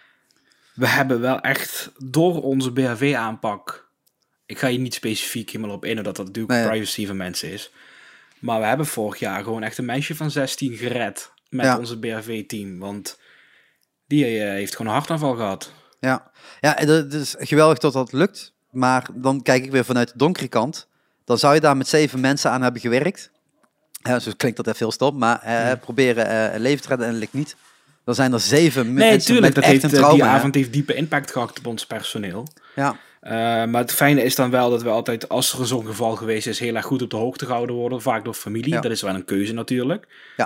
We hebben wel echt door onze B H V-aanpak... Ik ga hier niet specifiek helemaal op in, omdat dat natuurlijk Nee. privacy van mensen is. Maar we hebben vorig jaar gewoon echt een meisje van zestien gered met Ja. onze B H V-team. Want die uh, heeft gewoon een hartaanval gehad. Ja, ja, het is geweldig dat dat lukt. Maar dan kijk ik weer vanuit de donkere kant. Dan zou je daar met zeven mensen aan hebben gewerkt. Ja, zo klinkt dat even heel stom, maar uh, Ja. proberen uh, een leven te redden en het lukt niet. Dan zijn er zeven Nee, mensen tuurlijk, met dat echt heeft, een uh, trauma. die hè? avond heeft diepe impact gehad op ons personeel. Ja, Uh, maar het fijne is dan wel dat we altijd, als er zo'n geval geweest is, heel erg goed op de hoogte gehouden worden. Vaak door familie. Ja. Dat is wel een keuze natuurlijk.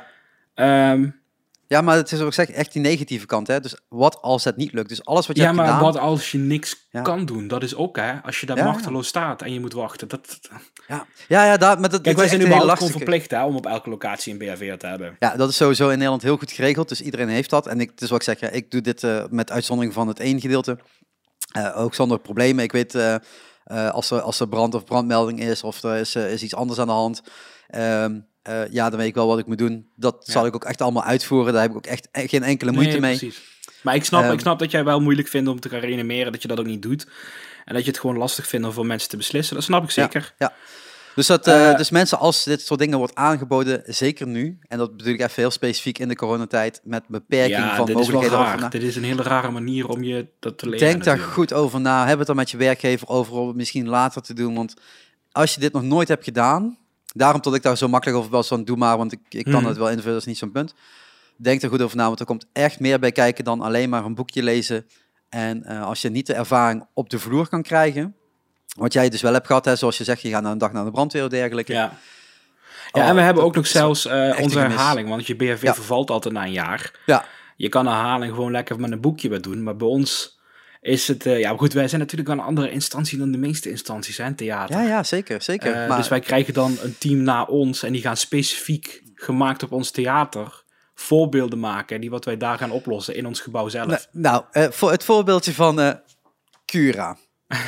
ja. Um, ja, maar het is ook zeg, echt die negatieve kant. Hè? Dus wat als het niet lukt? Dus alles wat je ja, hebt maar gedaan... wat als je niks Ja. kan doen? Dat is ook, hè. Als je daar Ja, machteloos staat en je moet wachten. Dat... Ja, ja, ja daar, maar dat, Kijk, dat wij is zijn echt een überhaupt heel gewoon lastige... verplicht, hè, om op elke locatie een B H V te hebben. Ja, dat is sowieso in Nederland heel goed geregeld. Dus iedereen heeft dat. En ik, het is wat ik zeg, ja, ik doe dit uh, met uitzondering van het één gedeelte. Uh, ook zonder problemen. Ik weet, uh, uh, als, er, als er brand of brandmelding is of er is, uh, is iets anders aan de hand. Um, uh, ja, dan weet ik wel wat ik moet doen. Dat Ja. zal ik ook echt allemaal uitvoeren. Daar heb ik ook echt e- geen enkele moeite nee, mee. Precies. Maar ik snap, Um, ik snap dat jij wel moeilijk vindt om te gaan reanimeren, dat je dat ook niet doet. En dat je het gewoon lastig vindt om voor mensen te beslissen. Dat snap ik zeker. Ja, ja. Dus, dat, uh, Uh, dus mensen, als dit soort dingen wordt aangeboden, zeker nu, en dat bedoel ik even heel specifiek in de coronatijd, met beperking ja, van dit is wel mogelijkheden. raar. over Dit is een hele rare manier om je dat te leren. Denk daar natuurlijk. goed over na. Heb het er met je werkgever over om het misschien later te doen. Want als je dit nog nooit hebt gedaan, daarom dat ik daar zo makkelijk over was van doe maar, want ik, ik kan Mhm. het wel invullen, dat is niet zo'n punt. Denk er goed over na, want er komt echt meer bij kijken dan alleen maar een boekje lezen. En uh, als je niet de ervaring op de vloer kan krijgen, wat jij dus wel hebt gehad, hè, zoals je zegt, je gaat naar een dag naar de brandweer of dergelijke. Ja. Ja, Oh, en we hebben dat ook nog is zelfs uh, echt onze een gemis. herhaling, want je B H V Ja. vervalt altijd na een jaar. Ja, Je kan een herhaling gewoon lekker met een boekje bij doen, maar bij ons is het... Uh, ja, goed, wij zijn natuurlijk wel een andere instantie dan de meeste instanties, hè, theater. ja, ja, zeker, zeker. Uh, maar, dus wij krijgen dan een team na ons en die gaan specifiek gemaakt op ons theater voorbeelden maken die wat wij daar gaan oplossen in ons gebouw zelf. Nou, nou uh, voor het voorbeeldje van uh, Cura.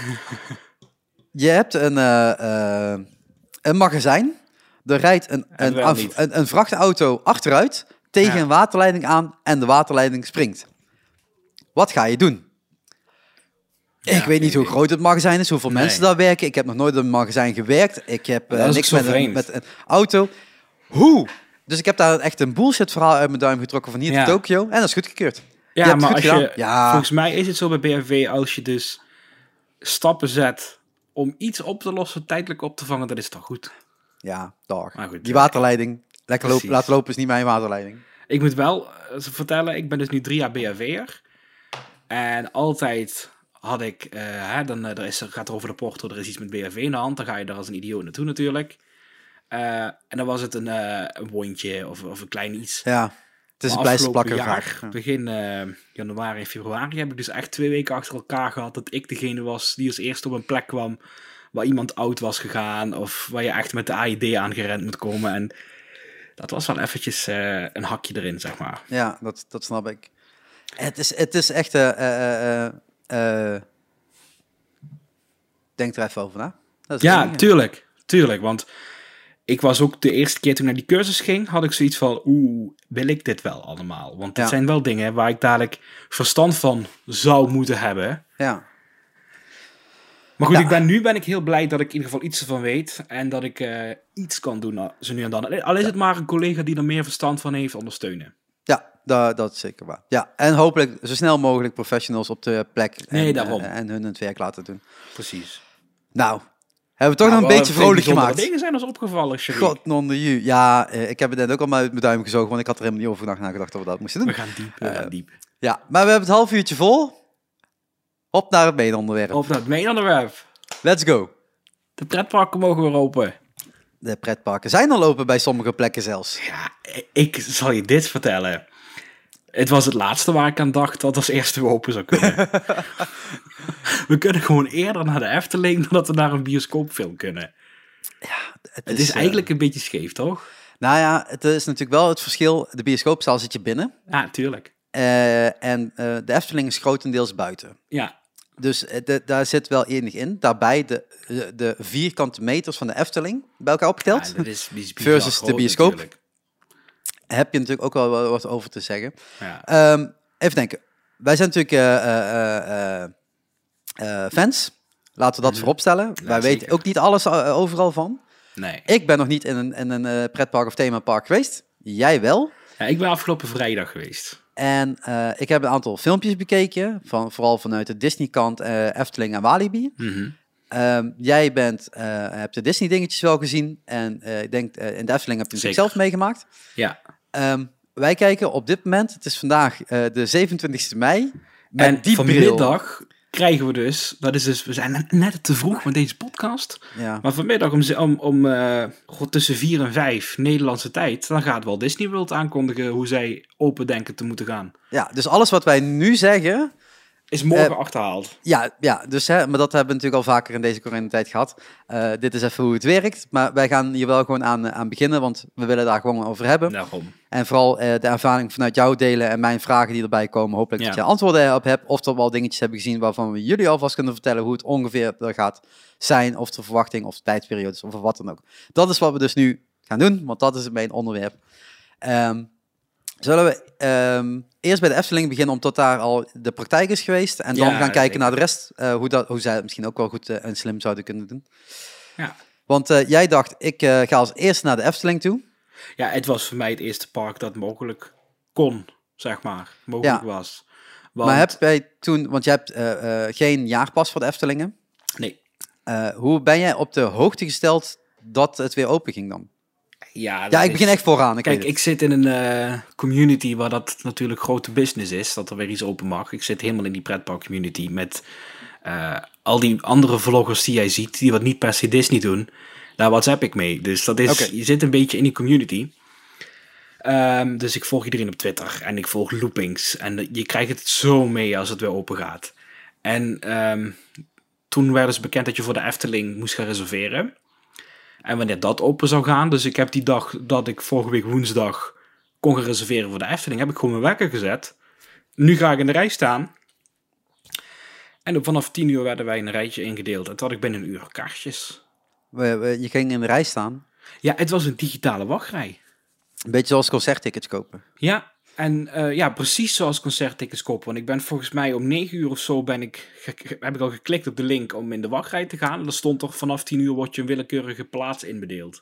Je hebt een, uh, uh, een magazijn. Er rijdt een, een, wel een, niet. een, een vrachtauto achteruit tegen Ja. een waterleiding aan en de waterleiding springt. Wat ga je doen? Ja, ik weet niet hoe groot het magazijn is, hoeveel Nee. mensen daar werken. Ik heb nog nooit in een magazijn gewerkt. Ik heb uh, Dat is niks ook zo met een, vreemd. met een auto. Hoe? Dus ik heb daar echt een bullshit verhaal uit mijn duim getrokken van hier Ja. te Tokio. En dat is goedgekeurd. Je Ja, hebt het maar goed als gedaan. je, Ja. volgens mij is het zo bij B H V, als je dus stappen zet om iets op te lossen, tijdelijk op te vangen, dan is het toch goed. Ja, dag. Maar goed, Die ja. waterleiding. Lekker lopen, Precies. laten lopen is niet mijn waterleiding. Ik moet wel uh, vertellen, ik ben dus nu drie jaar B H V'er. En altijd had ik, uh, hè, dan uh, er is, gaat er over de porto, er is iets met B H V in de hand. Dan ga je daar als een idioot naartoe natuurlijk. Uh, en dan was het een, uh, een wondje of, of een klein iets. Ja, het is een Maar pleisterplakker afgelopen vaak. jaar, begin uh, januari en februari, heb ik dus echt twee weken achter elkaar gehad dat ik degene was die als eerste op een plek kwam waar iemand oud was gegaan of waar je echt met de A I D aangerend moet komen. En dat was wel eventjes uh, een hakje erin, zeg maar. Ja, dat, dat snap ik. Het is, het is echt... Uh, uh, uh, uh, denk er even over na. Dat is Ja, het tuurlijk. Tuurlijk, want ik was ook de eerste keer toen ik naar die cursus ging, had ik zoiets van, oeh, wil ik dit wel allemaal? Want dit Ja. zijn wel dingen waar ik dadelijk verstand van zou moeten hebben. Ja. Maar goed, Ja. ik ben, nu ben ik heel blij dat ik in ieder geval iets ervan weet. En dat ik uh, iets kan doen, uh, zo nu en dan. Al is het maar een collega die er meer verstand van heeft, ondersteunen. Ja, dat, dat is zeker waar. Ja, en hopelijk zo snel mogelijk professionals op de plek en, Nee, daarom. uh, en hun het werk laten doen. Precies. Nou, hebben we toch Nou, nog een beetje veel vrolijk bijzondere gemaakt. dingen zijn ons opgevallen, Sherry. God non de ju. Ja, uh, ik heb het net ook al maar uit mijn duim gezogen, want ik had er helemaal niet over nagedacht dat we dat moesten doen. We gaan diep, we Uh, gaan diep. Ja, maar we hebben het half uurtje vol. Op naar het main onderwerp. Op naar het main onderwerp. Let's go. De pretparken mogen weer open. De pretparken zijn al open bij sommige plekken zelfs. Ja, ik zal je dit vertellen. Het was het laatste waar ik aan dacht dat als eerste we open zou kunnen. We kunnen gewoon eerder naar de Efteling dan dat we naar een bioscoopfilm kunnen. Het Het is uh, eigenlijk een beetje scheef, toch? Nou ja, het is natuurlijk wel het verschil. De bioscoopzaal zit je binnen. Ja, tuurlijk. Uh, en uh, de Efteling is grotendeels buiten. Ja. Dus uh, de, daar zit wel enig in. Daarbij de, de, de vierkante meters van de Efteling bij elkaar opgeteld. Ja, dat is bizar versus groot de bioscoop. Natuurlijk. Heb je natuurlijk ook wel wat over te zeggen. Ja. Um, even denken. Wij zijn natuurlijk uh, uh, uh, uh, fans. Laten we dat mm-hmm. voorop stellen. Ja, Wij zeker. weten ook niet alles uh, overal van. Nee. Ik ben nog niet in een, in een uh, pretpark of themapark geweest. Jij wel. Ja, ik ben afgelopen vrijdag geweest. En uh, ik heb een aantal filmpjes bekeken. Van, vooral vanuit de Disney-kant, uh, Efteling en Walibi. Mm-hmm. Um, jij bent, uh, hebt de Disney-dingetjes wel gezien. En uh, ik denk, uh, in de Efteling heb je het zelf meegemaakt. Ja. Um, wij kijken op dit moment, het is vandaag uh, de zevenentwintigste mei. Met en die vanmiddag bril. krijgen we dus, dat is dus, we zijn net te vroeg met deze podcast. Ja. Maar vanmiddag om, om, om uh, tussen vier en vijf Nederlandse tijd, dan gaat Walt Disney World aankondigen hoe zij open denken te moeten gaan. Ja, dus alles wat wij nu zeggen... Is morgen uh, achterhaald. Ja, ja dus, hè, maar dat hebben we natuurlijk al vaker in deze coronatijd gehad. Uh, dit is even hoe het werkt. Maar wij gaan hier wel gewoon aan, aan beginnen, want we willen daar gewoon over hebben. Daarom. En vooral uh, de ervaring vanuit jou delen en mijn vragen die erbij komen. Hopelijk ja. dat je antwoorden op hebt. Of dat we al dingetjes hebben gezien waarvan we jullie alvast kunnen vertellen hoe het ongeveer er gaat zijn. Of de verwachting, of de tijdsperiodes, of wat dan ook. Dat is wat we dus nu gaan doen, want dat is het mijn onderwerp. Um, Zullen we um, eerst bij de Efteling beginnen, omdat daar al de praktijk is geweest. En dan ja, gaan kijken naar de rest, uh, hoe, dat, hoe zij het misschien ook wel goed uh, en slim zouden kunnen doen. Ja. Want uh, jij dacht, ik uh, ga als eerste naar de Efteling toe. Ja, het was voor mij het eerste park dat mogelijk kon, zeg maar. Mogelijk ja. was. Want... Maar heb jij toen, want je hebt uh, uh, geen jaarpas voor de Eftelingen. Nee. Uh, hoe ben jij op de hoogte gesteld dat het weer open ging dan? Ja, ja, ik begin is... echt vooraan. Ik Kijk, ik zit in een uh, community waar dat natuurlijk grote business is, dat er weer iets open mag. Ik zit helemaal in die pretpark community met uh, al die andere vloggers die jij ziet, die wat niet per se Disney doen. Daar WhatsApp ik mee. Dus dat is, okay. Je zit een beetje in die community. Um, dus ik volg iedereen op Twitter en ik volg loopings. En je krijgt het zo mee als het weer open gaat. En um, toen werd dus bekend dat je voor de Efteling moest gaan reserveren. En wanneer dat open zou gaan, dus ik heb die dag dat ik vorige week woensdag kon gaan reserveren voor de Efteling, heb ik gewoon mijn wekker gezet. Nu ga ik in de rij staan. En vanaf tien uur werden wij in een rijtje ingedeeld. En toen had ik binnen een uur kaartjes. Je ging in de rij staan? Ja, het was een digitale wachtrij. Een beetje zoals concerttickets kopen. Ja, en uh, ja, precies zoals concerttickets kopen. Want ik ben volgens mij om negen uur of zo ben ik, ge- heb ik al geklikt op de link om in de wachtrij te gaan. En dan stond toch vanaf tien uur word je een willekeurige plaats inbedeeld.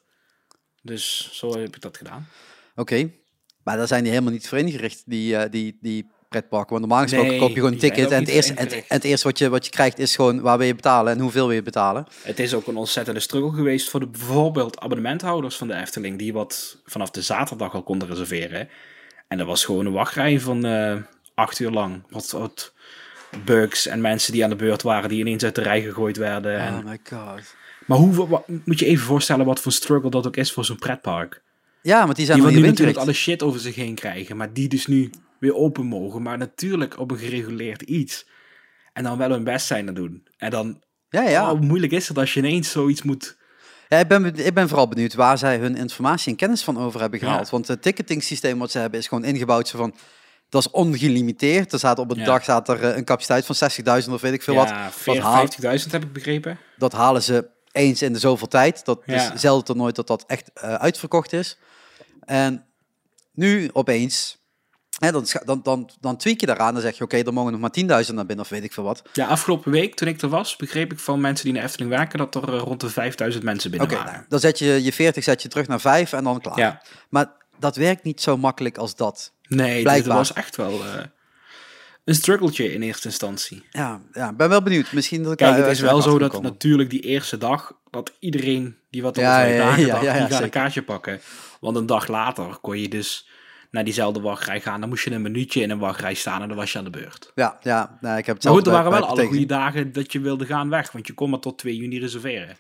Dus zo heb ik dat gedaan. Oké, okay. Maar daar zijn die helemaal niet voor ingericht, die, uh, die, die pretparken. Want normaal gesproken nee, koop je gewoon een ticket. En het, eerste, en, en het eerste wat je, wat je krijgt is gewoon waar wil je betalen en hoeveel wil je betalen. Het is ook een ontzettende struggle geweest voor de bijvoorbeeld abonnementhouders van de Efteling. Die wat vanaf de zaterdag al konden reserveren. En dat was gewoon een wachtrij van uh, acht uur lang. Wat, wat bugs en mensen die aan de beurt waren die ineens uit de rij gegooid werden. En... Oh my god. Maar hoe, wat, moet je even voorstellen wat voor struggle dat ook is voor zo'n pretpark. Ja, want die zijn die nu natuurlijk alle shit over zich heen krijgen. Maar die dus nu weer open mogen. Maar natuurlijk op een gereguleerd iets. En dan wel hun best zijn te doen. En dan, ja, ja. Oh, hoe moeilijk is het als je ineens zoiets moet... Ja, ik ben, ik ben vooral benieuwd waar zij hun informatie en kennis van over hebben gehaald. Ja. Want het ticketing systeem wat ze hebben is gewoon ingebouwd zo van... Dat is ongelimiteerd. Er staat op een ja. dag staat er een capaciteit van zestigduizend of weet ik veel ja, wat. Ja, vijftigduizend heb ik begrepen. Dat halen ze eens in de zoveel tijd. Dat ja. is zelden tot nooit dat dat echt uh, uitverkocht is. En nu opeens... Hè, dan, dan, dan, dan tweak je daaraan. Dan zeg je, oké, okay, er mogen nog maar tienduizend naar binnen of weet ik veel wat. Ja, afgelopen week toen ik er was, begreep ik van mensen die in de Efteling werken dat er uh, rond de vijfduizend mensen binnen okay, waren. Nou, dan zet je je veertig zet je terug naar vijf en dan klaar. Ja. Maar dat werkt niet zo makkelijk als dat. Nee, dit was echt wel uh, een struggletje in eerste instantie. Ja, ja, ik ben wel benieuwd. Misschien dat ik Kijk, het is wel zo dat komen. Natuurlijk die eerste dag, dat iedereen die wat op ja, de ja, dagen ja, dacht, ja, ja, die gaat zeker. een kaartje pakken. Want een dag later kon je dus naar diezelfde wachtrij gaan. Dan moest je een minuutje in een wachtrij staan en dan was je aan de beurt. Ja, ja. Nou, ik heb het maar goed, er waren bij, wel bij alle goede dagen dat je wilde gaan weg. Want je kon maar tot twee juni reserveren.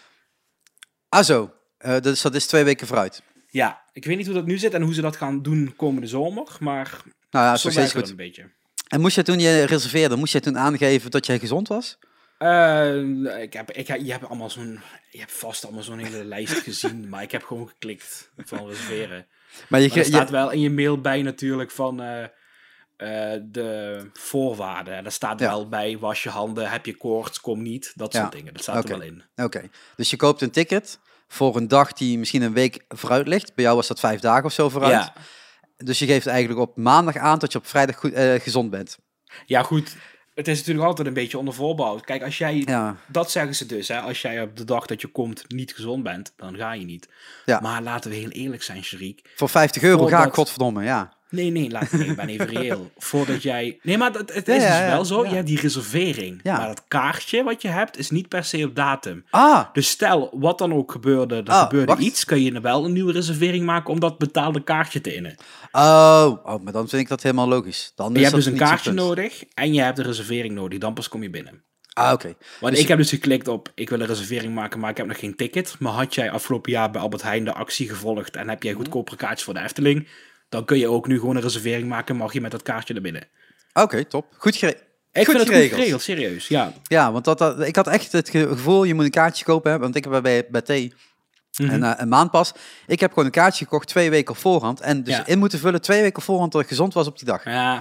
Ah zo, uh, dus dat is twee weken vooruit. Ja, ik weet niet hoe dat nu zit en hoe ze dat gaan doen komende zomer. Maar nou ja, zo steeds goed. een beetje. En moest je toen je reserveerde, moest je toen aangeven dat jij gezond was? Uh, ik heb, ik, je hebt allemaal zo'n, je hebt vast allemaal zo'n hele lijst gezien, maar ik heb gewoon geklikt van reserveren. Maar, je, maar er staat je, wel in je mail bij natuurlijk van, uh, uh, de voorwaarden. En daar staat Ja. wel bij, was je handen, heb je koorts, kom niet. Dat Ja. soort dingen, dat staat Oké. er wel in. Oké, okay. Dus je koopt een ticket voor een dag die misschien een week vooruit ligt. Bij jou was dat vijf dagen of zo vooruit. Ja. Dus je geeft eigenlijk op maandag aan dat je op vrijdag goed, uh, gezond bent. Ja, goed. Het is natuurlijk altijd een beetje onder voorbouw. Kijk, als jij... Ja. Dat zeggen ze dus, hè. Als jij op de dag dat je komt niet gezond bent, dan ga je niet. Ja. Maar laten we heel eerlijk zijn, Sharik. Voor vijftig euro Voordat... ga ik, godverdomme, ja. Nee, nee, laat me ik ben even reëel. Voordat jij... Nee, maar het, het Ja, is ja, dus ja, wel zo. ja. Je hebt die reservering. Ja. Maar dat kaartje wat je hebt, is niet per se op datum. Ah, Dus stel, wat dan ook gebeurde, er Ah, gebeurde wacht. iets, kun je wel een nieuwe reservering maken om dat betaalde kaartje te innen. oh, oh, maar dan vind ik dat helemaal logisch. Dan Je is hebt dat dus een niet zo'n kaartje punt. nodig en je hebt een reservering nodig. Dan pas kom je binnen. Ah, oké. Okay. Want Dus ik heb dus geklikt op, ik wil een reservering maken, maar ik heb nog geen ticket. Maar had jij afgelopen jaar bij Albert Heijn de actie gevolgd en heb jij goedkopere kaartjes voor de Efteling, dan kun je ook nu gewoon een reservering maken en mag je met dat kaartje naar binnen. Oké, okay, top. Goed, gere- Ik goed vind het geregeld. goed geregeld, serieus, ja. Ja, want dat, dat, ik had echt het ge- gevoel, je moet een kaartje kopen. Hè, want ik heb bij, bij T Mm-hmm. een, uh, een maandpas. Ik heb gewoon een kaartje gekocht twee weken op voorhand. En dus Ja. in moeten vullen twee weken op voorhand dat ik gezond was op die dag. Ja,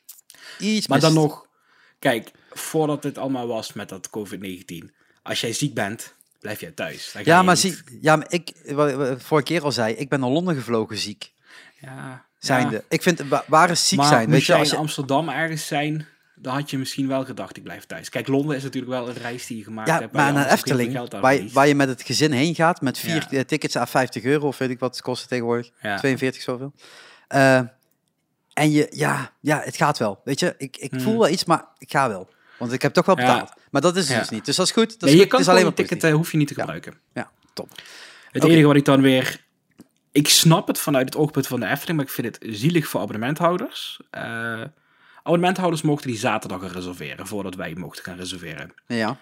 Iets maar mist. dan nog, kijk, voordat dit allemaal was met dat covid negentien, als jij ziek bent, blijf jij thuis. Dan ga Ja, je maar, niet- zie, ja, maar ik, wat ik vorige keer al zei, ik ben naar Londen gevlogen ziek. Ja, Zijnde. ja. Ik vind, wa- waar is ziek Maar zijn? moest Weet je, jij als in je, Amsterdam ergens zijn, dan had je misschien wel gedacht, ik blijf thuis. Kijk, Londen is natuurlijk wel een reis die je gemaakt ja, hebt. waar maar je naar anders ook heel veel Efteling, geld aan waar je, verliest. waar je met het gezin heen gaat, met vier Ja. eh, tickets aan vijftig euro, of weet ik wat het kost tegenwoordig, Ja. tweeënveertig zoveel. Uh, en je, ja, ja, het gaat wel. Weet je, ik, ik Hmm. voel wel iets, maar ik ga wel. Want ik heb toch wel Ja. betaald. Maar dat is het Ja. dus niet. Dus dat is goed. Dat is Nee, je goed. kan Het is alleen gewoon maar een ticket, positief. eh, hoef je niet te Ja. gebruiken. Ja, top. Het Oké. enige wat ik dan weer... Ik snap het vanuit het oogpunt van de Efteling, maar ik vind het zielig voor abonnementhouders. Uh, abonnementhouders mochten die zaterdag gaan reserveren, voordat wij mochten gaan reserveren. Ja.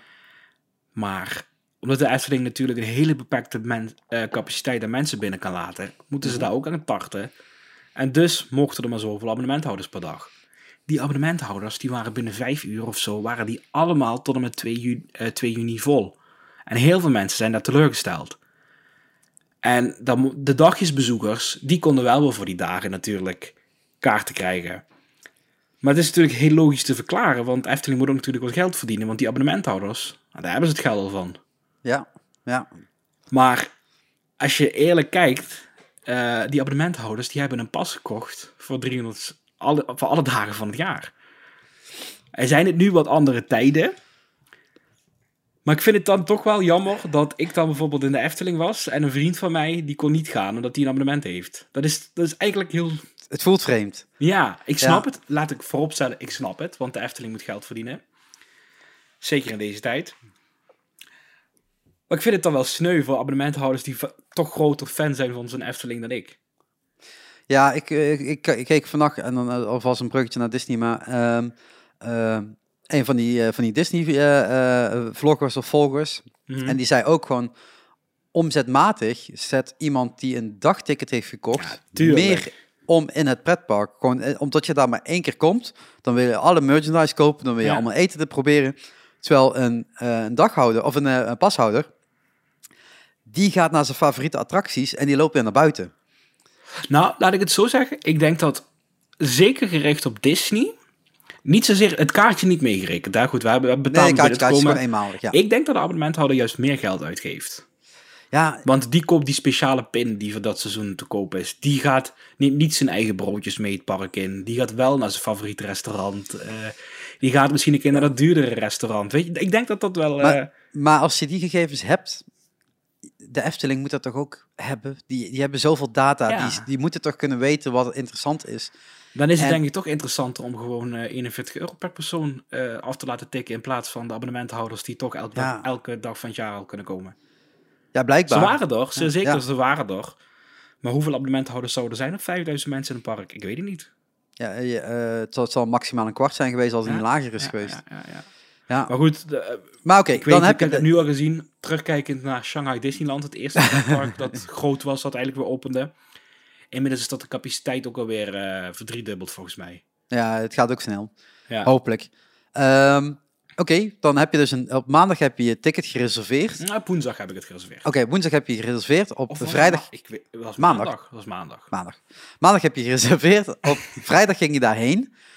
Maar omdat de Efteling natuurlijk een hele beperkte men, uh, capaciteit aan mensen binnen kan laten, moeten ze Mhm. daar ook aan tarten. En dus mochten er maar zoveel abonnementhouders per dag. Die abonnementhouders, die waren binnen vijf uur of zo, waren die allemaal tot en met twee juni, uh, twee juni vol. En heel veel mensen zijn daar teleurgesteld. En dan, de dagjesbezoekers, die konden wel wel voor die dagen natuurlijk kaarten krijgen. Maar het is natuurlijk heel logisch te verklaren, want Efteling moet ook natuurlijk wat geld verdienen, want die abonnementhouders, nou, daar hebben ze het geld al van. Ja. Ja. Maar als je eerlijk kijkt, uh, die abonnementhouders, die hebben een pas gekocht voor driehonderd, alle, voor alle dagen van het jaar. Er zijn het nu wat andere tijden. Maar ik vind het dan toch wel jammer dat ik dan bijvoorbeeld in de Efteling was en een vriend van mij, die kon niet gaan omdat hij een abonnement heeft. Dat is, dat is eigenlijk heel... Het voelt vreemd. Ja, ik snap Ja. het. Laat ik vooropstellen, ik snap het, want de Efteling moet geld verdienen. Zeker in deze tijd. Maar ik vind het dan wel sneu voor abonnementhouders die va- toch groter fan zijn van zo'n Efteling dan ik. Ja, ik, ik, ik, ik keek vannacht, en dan uh, alvast een bruggetje naar Disney, maar um, uh, een van die, uh, van die Disney-vloggers uh, uh, of volgers, Mm-hmm. en die zei ook gewoon, omzetmatig zet iemand die een dagticket heeft gekocht, Ja, meer om in het pretpark. Gewoon, eh, omdat je daar maar één keer komt, dan wil je alle merchandise kopen, dan wil je Ja. allemaal eten te proberen. Terwijl een, uh, een daghouder, of een, uh, een pashouder, die gaat naar zijn favoriete attracties en die loopt weer naar buiten. Nou, laat ik het zo zeggen. Ik denk dat zeker gericht op Disney, niet zozeer het kaartje niet meegerekend. Daar goed, we hebben Nee, betaald kaartje, binnen te kaartje is komen. gewoon eenmalig, ja. Ik denk dat de abonnementhouder juist meer geld uitgeeft. Ja, Want die koopt die speciale pin die voor dat seizoen te koop is. Die gaat niet, niet zijn eigen broodjes mee het park in. Die gaat wel naar zijn favoriete restaurant. Uh, die gaat misschien een keer naar dat duurdere restaurant. Weet je, ik denk dat dat wel... Uh... Maar, maar als je die gegevens hebt, de Efteling moet dat toch ook hebben? Die, die hebben zoveel data, Ja. die, die moeten toch kunnen weten wat interessant is. Dan is het En- denk ik toch interessanter om gewoon uh, eenenveertig euro per persoon uh, af te laten tikken in plaats van de abonnementhouders die toch elke, Ja. dag, elke dag van het jaar al kunnen komen. Ja, blijkbaar. Ze waren er, ze, Ja. zeker Ja. ze waren er. Maar hoeveel abonnementhouders zouden er zijn op vijfduizend mensen in het park? Ik weet het niet. Ja, je, uh, het, zal, het zal maximaal een kwart zijn geweest als het Ja. niet lager is Ja, geweest. Ja, ja, ja. Ja. Maar goed, de, uh, Maar oké, ik weet, dan heb ik je... heb het de- nu al gezien, terugkijkend naar Shanghai Disneyland, het eerste park dat groot was, dat eigenlijk weer opende. Inmiddels is dat de capaciteit ook alweer uh, verdriedubbeld volgens mij. Ja, het gaat ook snel. Ja. Hopelijk. Um, oké, okay, dan heb je dus een... Op maandag heb je je ticket gereserveerd. Oké, Nou, woensdag heb ik het gereserveerd. okay, woensdag heb je gereserveerd. Op Of was vrijdag... het ma- ik weet, was Maandag. maandag. Dat was maandag. Maandag. Maandag heb je gereserveerd. Op vrijdag ging je daarheen.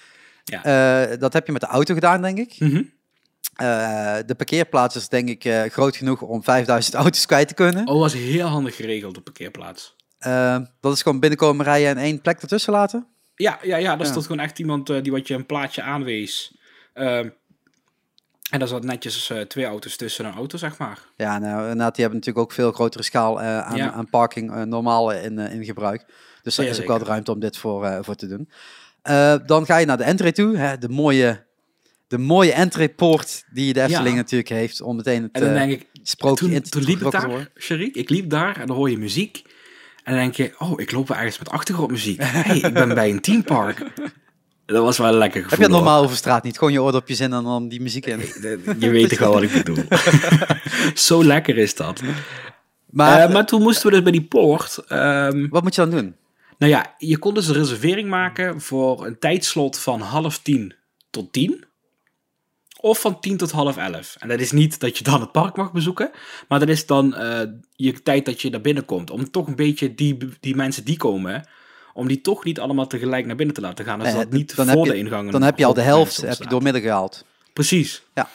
Ja. Uh, dat heb je met de auto gedaan, denk ik. Mm-hmm. Uh, de parkeerplaats is denk ik uh, groot genoeg om vijfduizend auto's kwijt te kunnen. Oh, was heel handig geregeld, de parkeerplaats. Uh, dat is gewoon binnenkomen rijden en één plek ertussen laten? Ja, ja, ja, daar ja. stond gewoon echt iemand uh, die wat je een plaatje aanwees. Uh, en daar zat netjes uh, twee auto's tussen een auto, zeg maar. Ja, nou, inderdaad, die hebben natuurlijk ook veel grotere schaal uh, aan, ja. aan parking uh, normaal in, uh, in gebruik. Dus daar ja, is zeker. ook wel de ruimte om dit voor, uh, voor te doen. Uh, dan ga je naar de entree toe, hè, de mooie... De mooie entreepoort die de Efteling ja. natuurlijk heeft om meteen het en dan denk ik, sprookje toen, in te toen liep ik daar, Sharik, ik liep daar en dan hoor je muziek. En dan denk je, oh, ik loop ergens met achtergrondmuziek. hey, ik ben bij een teampark. Dat was wel een lekker gevoel. Heb je het normaal over straat niet? Gewoon je oordopjes in en dan die muziek in. Je weet toch wel wat ik bedoel. Zo lekker is dat. Maar, uh, maar toen moesten we dus bij die poort. Um, wat moet je dan doen? Nou ja, je kon dus een reservering maken voor een tijdslot van half tien tot tien. Of van tien tot half elf. En dat is niet dat je dan het park mag bezoeken. Maar dat is dan uh, je tijd dat je naar binnen komt. Om toch een beetje die, die mensen die komen... om die toch niet allemaal tegelijk naar binnen te laten gaan. Dus nee, dat niet dan voor je, de ingang... Dan heb je al de helft heb je doormidden gehaald. Precies. Ja.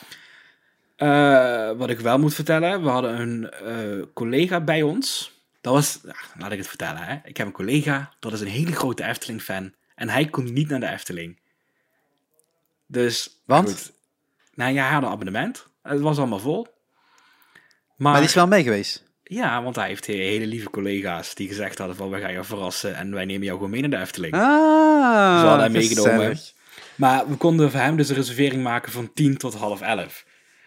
Uh, wat ik wel moet vertellen... we hadden een uh, collega bij ons. Dat was... Ja, laat ik het vertellen. Hè. Ik heb een collega, dat is een hele grote Efteling-fan. En hij kon niet naar de Efteling. Dus... Want? Goed, nou ja, hij had een abonnement. Het was allemaal vol. Maar, maar die is wel mee geweest? Ja, want hij heeft hele lieve collega's die gezegd hadden van... wij gaan jou verrassen en wij nemen jou gewoon mee naar de Efteling. Ah, dus we hadden hem meegenomen. Maar we konden voor hem dus een reservering maken van tien tot half elf.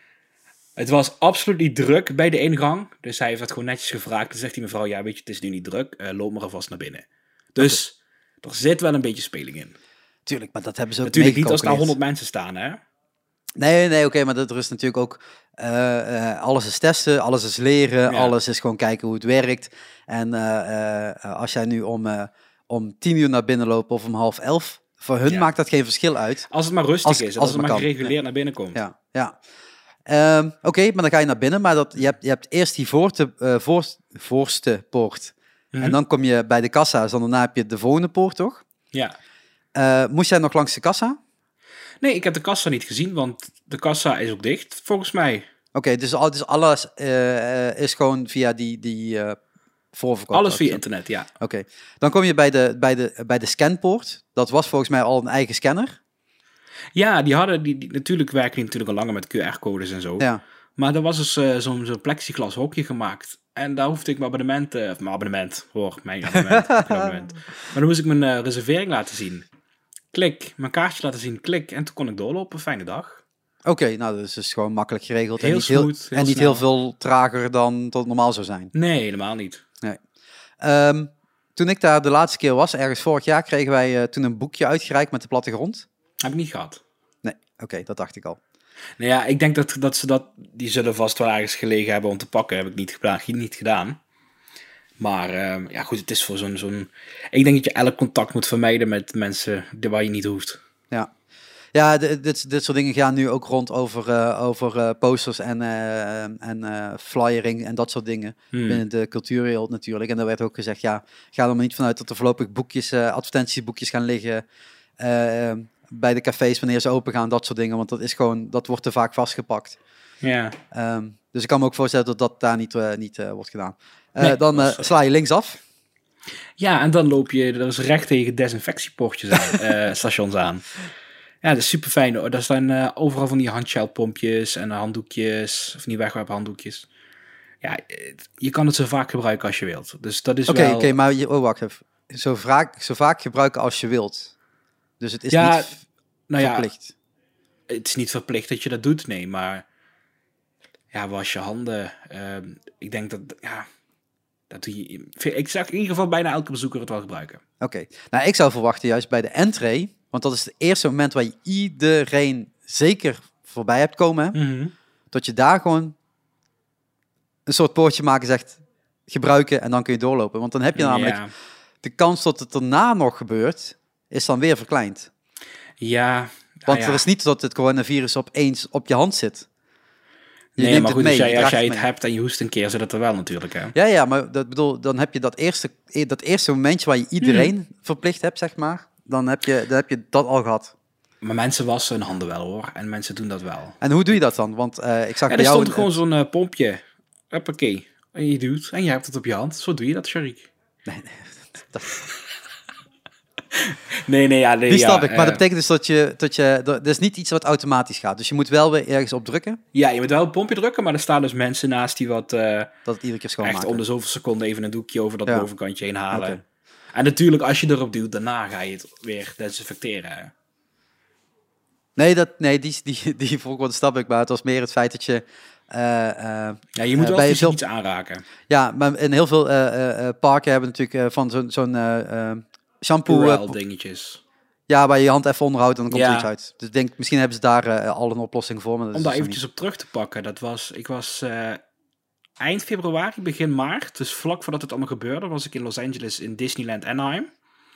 Het was absoluut niet druk bij de ingang. Dus hij heeft dat gewoon netjes gevraagd. Dan zegt die mevrouw, ja weet je, het is nu niet druk. Uh, loop maar alvast naar binnen. Dus okay. Er zit wel een beetje speling in. Tuurlijk, maar dat hebben ze ook natuurlijk niet als er honderd mensen staan, hè? Nee, nee, oké, okay, maar er is natuurlijk ook... Uh, uh, alles is testen, alles is leren, ja. alles is gewoon kijken hoe het werkt. En uh, uh, als jij nu om, uh, om tien uur naar binnen loopt of om half elf... voor hun ja. maakt dat geen verschil uit. Als het maar rustig als, is, als, als het maar, maar gereguleerd ja. naar binnen komt. Ja, ja. Um, Oké, okay, maar dan ga je naar binnen, maar dat, je, hebt, je hebt eerst die voorste, uh, voorst, voorste poort. Mm-hmm. En dan kom je bij de kassa's, en daarna heb je de volgende poort, toch? Ja. Uh, moest jij nog langs de kassa? Nee, ik heb de kassa niet gezien, want de kassa is ook dicht, volgens mij. Oké, okay, dus, al, dus alles uh, is gewoon via die, die uh, voorverkoop. Alles via internet, ja. Oké, okay. Dan kom je bij de, bij, de, bij de scanpoort. Dat was volgens mij al een eigen scanner. Ja, die hadden, die, die, natuurlijk werken die natuurlijk al langer met Q R-codes en zo. Ja. Maar er was dus uh, zo'n zo'n plexiglas hokje gemaakt. En daar hoefde ik mijn abonnement, uh, of mijn abonnement, hoor, mijn abonnement, mijn abonnement. Maar dan moest ik mijn uh, reservering laten zien. Klik, mijn kaartje laten zien, klik. En toen kon ik doorlopen. Fijne dag. Oké, okay, nou, dat is dus gewoon makkelijk geregeld. Heel en niet, smooth, heel, heel en niet snel. heel veel trager dan dat normaal zou zijn. Nee, helemaal niet. Nee. Um, toen ik daar de laatste keer was, ergens vorig jaar, kregen wij uh, toen een boekje uitgereikt met de plattegrond. Heb ik niet gehad. Nee, oké, okay, dat dacht ik al. Nou ja, ik denk dat, dat ze dat, die zullen vast wel ergens gelegen hebben om te pakken. Heb ik niet gedaan. Niet gedaan. Maar uh, ja, goed, het is voor zo'n, zo'n... Ik denk dat je elk contact moet vermijden met mensen waar je niet hoeft. Ja, ja dit, dit, dit soort dingen gaan nu ook rond over, uh, over uh, posters en, uh, en uh, flyering en dat soort dingen. Hmm. Binnen de cultuurwereld natuurlijk. En daar werd ook gezegd, ja, ga er maar niet vanuit dat er voorlopig boekjes, uh, advertentieboekjes gaan liggen... Uh, bij de cafés wanneer ze open gaan, dat soort dingen. Want dat is gewoon, dat wordt te vaak vastgepakt. Ja. Um, dus ik kan me ook voorstellen dat dat daar niet, uh, niet uh, wordt gedaan. Uh, nee, dan uh, sla je linksaf. Ja, en dan loop je er is recht tegen desinfectiepoortjes aan, uh, stations aan. Ja, dat is super fijn. Daar staan uh, overal van die handshellpompjes en handdoekjes, of die wegwerphanddoekjes. Ja, je kan het zo vaak gebruiken als je wilt. Dus dat is Oké, okay, wel... oké, okay, maar je, oh, wacht even. Zo vaak, zo vaak gebruiken als je wilt. Dus het is ja, niet nou verplicht. Ja, het is niet verplicht dat je dat doet, nee. Maar ja, was je handen. Uh, ik denk dat, ja, dat doe je... Ik zag in ieder geval bijna elke bezoeker het wel gebruiken. Oké. Okay. Nou, ik zou verwachten juist bij de entree, want dat is het eerste moment waar je iedereen zeker voorbij hebt komen. Mm-hmm. Dat je daar gewoon een soort poortje maken, zegt gebruiken en dan kun je doorlopen. Want dan heb je namelijk ja. de kans dat het daarna nog gebeurt... is dan weer verkleind. Ja. Want ah, ja. er is niet dat het coronavirus opeens op je hand zit. Je nee, maar goed, mee, als jij, als jij het mee. hebt en je hoest een keer, zit het er wel natuurlijk, hè? Ja, ja, maar dat bedoel, dan heb je dat eerste, dat eerste momentje waar je iedereen hmm. verplicht hebt, zeg maar. Dan heb je, dan heb je dat al gehad. Maar mensen wassen hun handen wel hoor. En mensen doen dat wel. En hoe doe je dat dan? Want uh, ik zag ja, bij er jou... stond gewoon zo'n uh, pompje. Hoppakee. En je doet. En je hebt het op je hand. Zo doe je dat, Sharik. Nee, nee. Dat... nee, nee, ja. Nee, Die snap ja, ik. Maar uh, dat betekent dus dat je... Dat je dat is niet iets wat automatisch gaat. Dus je moet wel weer ergens op drukken. Ja, je moet wel een pompje drukken. Maar er staan dus mensen naast die wat... Uh, dat het iedere keer schoonmaken. Echt om de zoveel seconden even een doekje over dat ja. bovenkantje heen halen. Okay. En natuurlijk, als je erop duwt, daarna ga je het weer desinfecteren. Hè? Nee, dat, nee die, die, die volgende snap ik. Maar het was meer het feit dat je... Uh, uh, ja, je moet wel uh, veel... iets aanraken. Ja, maar in heel veel uh, uh, parken hebben natuurlijk uh, van zo'n zo'n uh, uh, shampoo... Uh, dingetjes. Ja, waar je je hand even onderhoudt en dan komt ja. er iets uit. Dus ik denk, misschien hebben ze daar uh, al een oplossing voor. Maar dat Om is daar dus eventjes niet. op terug te pakken. Dat was... Ik was... Uh, eind februari, begin maart. Dus vlak voordat het allemaal gebeurde, was ik in Los Angeles in Disneyland Anaheim.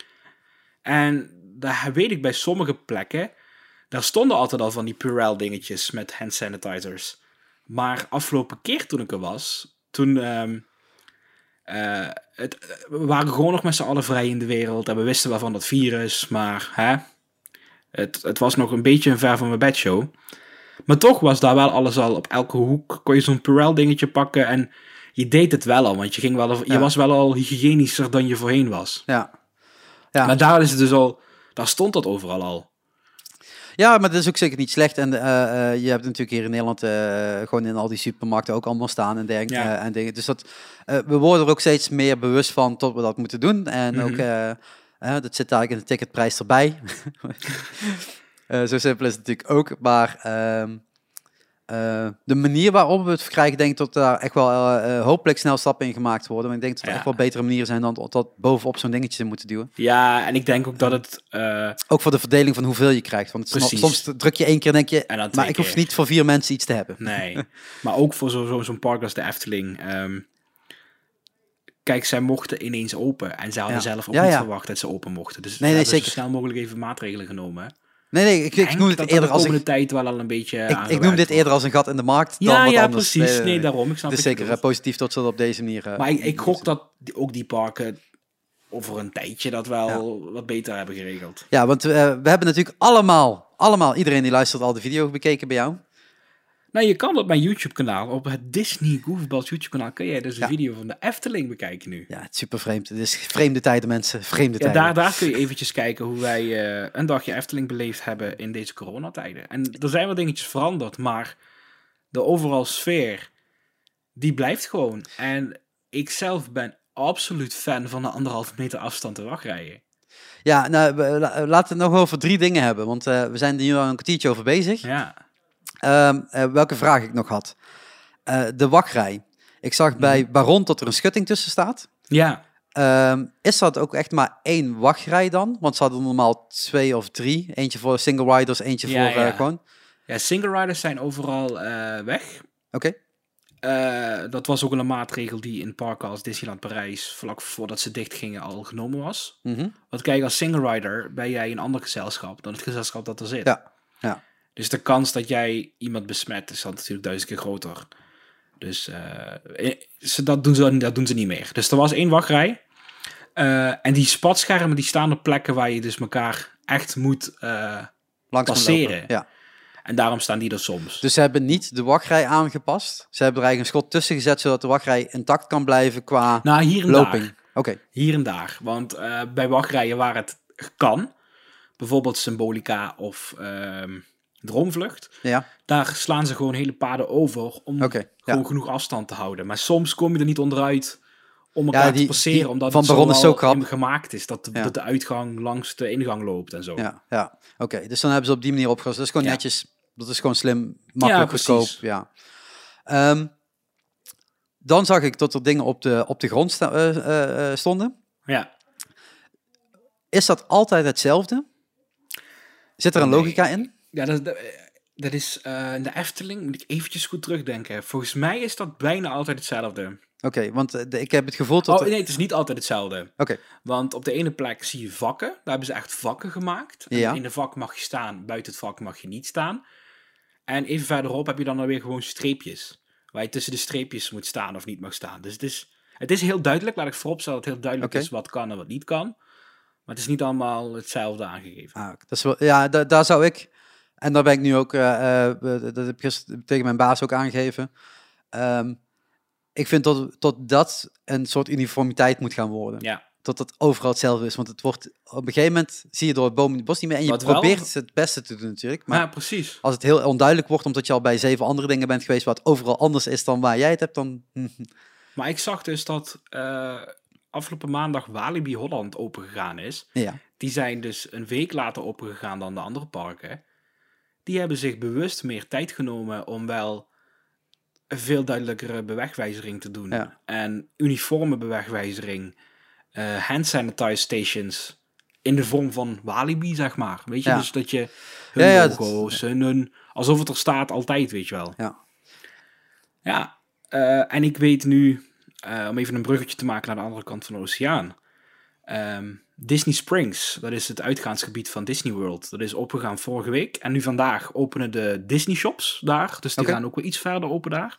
En daar weet ik bij sommige plekken... Daar stonden altijd al van die Purell dingetjes met hand sanitizers. Maar afgelopen keer toen ik er was, toen... Um, uh, het, we waren gewoon nog met z'n allen vrij in de wereld. En we wisten wel van dat virus, maar hè, het, het was nog een beetje een ver van mijn bedshow. Maar toch was daar wel alles al. Op elke hoek kon je zo'n Purell dingetje pakken. En je deed het wel al, want je, ging wel, je ja. was wel al hygiënischer dan je voorheen was. Ja. Ja. Maar daar is het dus al... Daar stond dat overal al. Ja, maar dat is ook zeker niet slecht. En uh, uh, je hebt natuurlijk hier in Nederland uh, gewoon in al die supermarkten ook allemaal staan en, denk, ja. uh, en dingen. Dus dat, uh, we worden er ook steeds meer bewust van tot we dat moeten doen. En mm-hmm. ook, uh, uh, dat zit eigenlijk in de ticketprijs erbij. uh, zo simpel is het natuurlijk ook. Maar uh, uh, de manier waarop we het verkrijgen, denk ik dat daar echt wel uh, uh, hopelijk snel stappen in gemaakt worden. Maar ik denk dat er ja. echt wel betere manieren zijn dan dat bovenop zo'n dingetje moeten duwen. Ja, en ik denk ook dat het... Uh... Ook voor de verdeling van hoeveel je krijgt. Want Precies. soms druk je één keer en denk je... En maar ik hoef niet voor vier mensen iets te hebben. Nee, maar ook voor zo, zo, zo'n park als de Efteling. Um, kijk, zij mochten ineens open. En ze hadden ja. zelf ook ja, niet ja. verwacht dat ze open mochten. Dus nee, nee, zeker. Zo snel mogelijk even maatregelen genomen. Hè? Nee, nee, ik, ik noem het eerder als... de komende tijd wel al een beetje Ik, ik noem dit eerder wordt. als een gat in de markt dan ja, wat ja, anders. precies. Nee, nee, daarom. Ik snap het is zeker uh, positief dat ze dat op deze manier... Uh, maar ik, ik gok dat die, ook die parken over een tijdje dat wel ja. wat beter hebben geregeld. Ja, want uh, we hebben natuurlijk allemaal, allemaal, iedereen die luistert al de video bekeken bij jou. Nou, je kan op mijn YouTube-kanaal, op het Disney Goofballs YouTube-kanaal, kun jij dus een ja. video van de Efteling bekijken nu. Ja, het is super vreemd. Het is vreemde tijden, mensen. Vreemde ja, tijden. Daar, daar kun je eventjes kijken hoe wij uh, een dagje Efteling beleefd hebben in deze coronatijden. En er zijn wel dingetjes veranderd, maar de overal sfeer, die blijft gewoon. En ik zelf ben absoluut fan van de anderhalve meter afstand te wachtrijen. Ja, nou, we, laten we het nog over drie dingen hebben, want uh, we zijn er nu al een kwartiertje over bezig. Ja. Um, uh, welke vraag ik nog had. Uh, de wachtrij. Ik zag bij Baron dat er een schutting tussen staat. Ja. Um, is dat ook echt maar één wachtrij dan? Want ze hadden normaal twee of drie. Eentje voor single riders, eentje ja, voor uh, ja. gewoon... Ja, single riders zijn overal uh, weg. Oké. Okay. Uh, dat was ook een maatregel die in parken als Disneyland Parijs, vlak voordat ze dicht gingen, al genomen was. Mm-hmm. Want kijk, als single rider ben jij een ander gezelschap dan het gezelschap dat er zit. Ja, ja. Dus de kans dat jij iemand besmet is dan natuurlijk duizend keer groter. Dus uh, ze, dat, doen ze, dat doen ze niet meer. Dus er was één wachtrij. Uh, en die spatschermen die staan op plekken waar je dus elkaar echt moet uh, Langs passeren. Ja. En daarom staan die er soms. Dus ze hebben niet de wachtrij aangepast. Ze hebben er eigenlijk een schot tussen gezet, zodat de wachtrij intact kan blijven qua nou, hier en loping. Daar. Okay. Hier en daar. Want uh, bij wachtrijen waar het kan, bijvoorbeeld Symbolica of... Uh, Droomvlucht. Ja. Daar slaan ze gewoon hele paden over om okay, gewoon ja. genoeg afstand te houden. Maar soms kom je er niet onderuit om elkaar ja, die, te passeren, die, omdat van het Baron zo, zo krap gemaakt is. Dat de, ja. dat de uitgang langs de ingang loopt en zo. Ja, ja. oké. Okay. Dus dan hebben ze op die manier opgelost. Dat is gewoon ja. netjes. Dat is gewoon slim, makkelijk, ja, goedkoop. Ja. Um, dan zag ik dat er dingen op de, op de grond sta, uh, uh, stonden. Ja. Is dat altijd hetzelfde? Zit er een nee. logica in? Ja, dat, dat, dat is uh, in de Efteling, moet ik eventjes goed terugdenken. Volgens mij is dat bijna altijd hetzelfde. Oké, okay, want uh, de, ik heb het gevoel dat... Oh nee, het is niet altijd hetzelfde. Oké. Okay. Want op de ene plek zie je vakken. Daar hebben ze echt vakken gemaakt. En ja. in de vak mag je staan, buiten het vak mag je niet staan. En even verderop heb je dan alweer gewoon streepjes. Waar je tussen de streepjes moet staan of niet mag staan. Dus het is, het is heel duidelijk, laat ik vooropstellen dat het heel duidelijk okay. is wat kan en wat niet kan. Maar het is niet allemaal hetzelfde aangegeven. Ah, dat is wel, ja, da, daar zou ik... En daar ben ik nu ook... Uh, uh, dat heb ik gisteren tegen mijn baas ook aangegeven. Um, ik vind tot, tot dat een soort uniformiteit moet gaan worden. Ja. Tot het overal hetzelfde is. Want het wordt... Op een gegeven moment zie je door het boom in het bos niet meer. En je Wat probeert wel? het beste te doen natuurlijk. Maar ja, precies. als het heel onduidelijk wordt... omdat je al bij zeven andere dingen bent geweest... wat overal anders is dan waar jij het hebt, dan... Maar ik zag dus dat uh, afgelopen maandag Walibi Holland opengegaan is. Ja. Die zijn dus een week later opengegaan dan de andere parken. Die hebben zich bewust meer tijd genomen om wel een veel duidelijkere bewegwijzering te doen. Ja. En uniforme bewegwijzering. Uh, hand sanitizer stations in de vorm van Walibi, zeg maar. Weet je, ja. dus dat je hun ja, ja, logo's, dat... hun, alsof het er staat altijd, weet je wel. Ja. Ja, uh, en ik weet nu, uh, om even een bruggetje te maken naar de andere kant van de oceaan. Um, Disney Springs, dat is het uitgaansgebied van Disney World. Dat is opengegaan vorige week. En nu vandaag openen de Disney shops daar. Dus die okay. gaan ook wel iets verder open daar.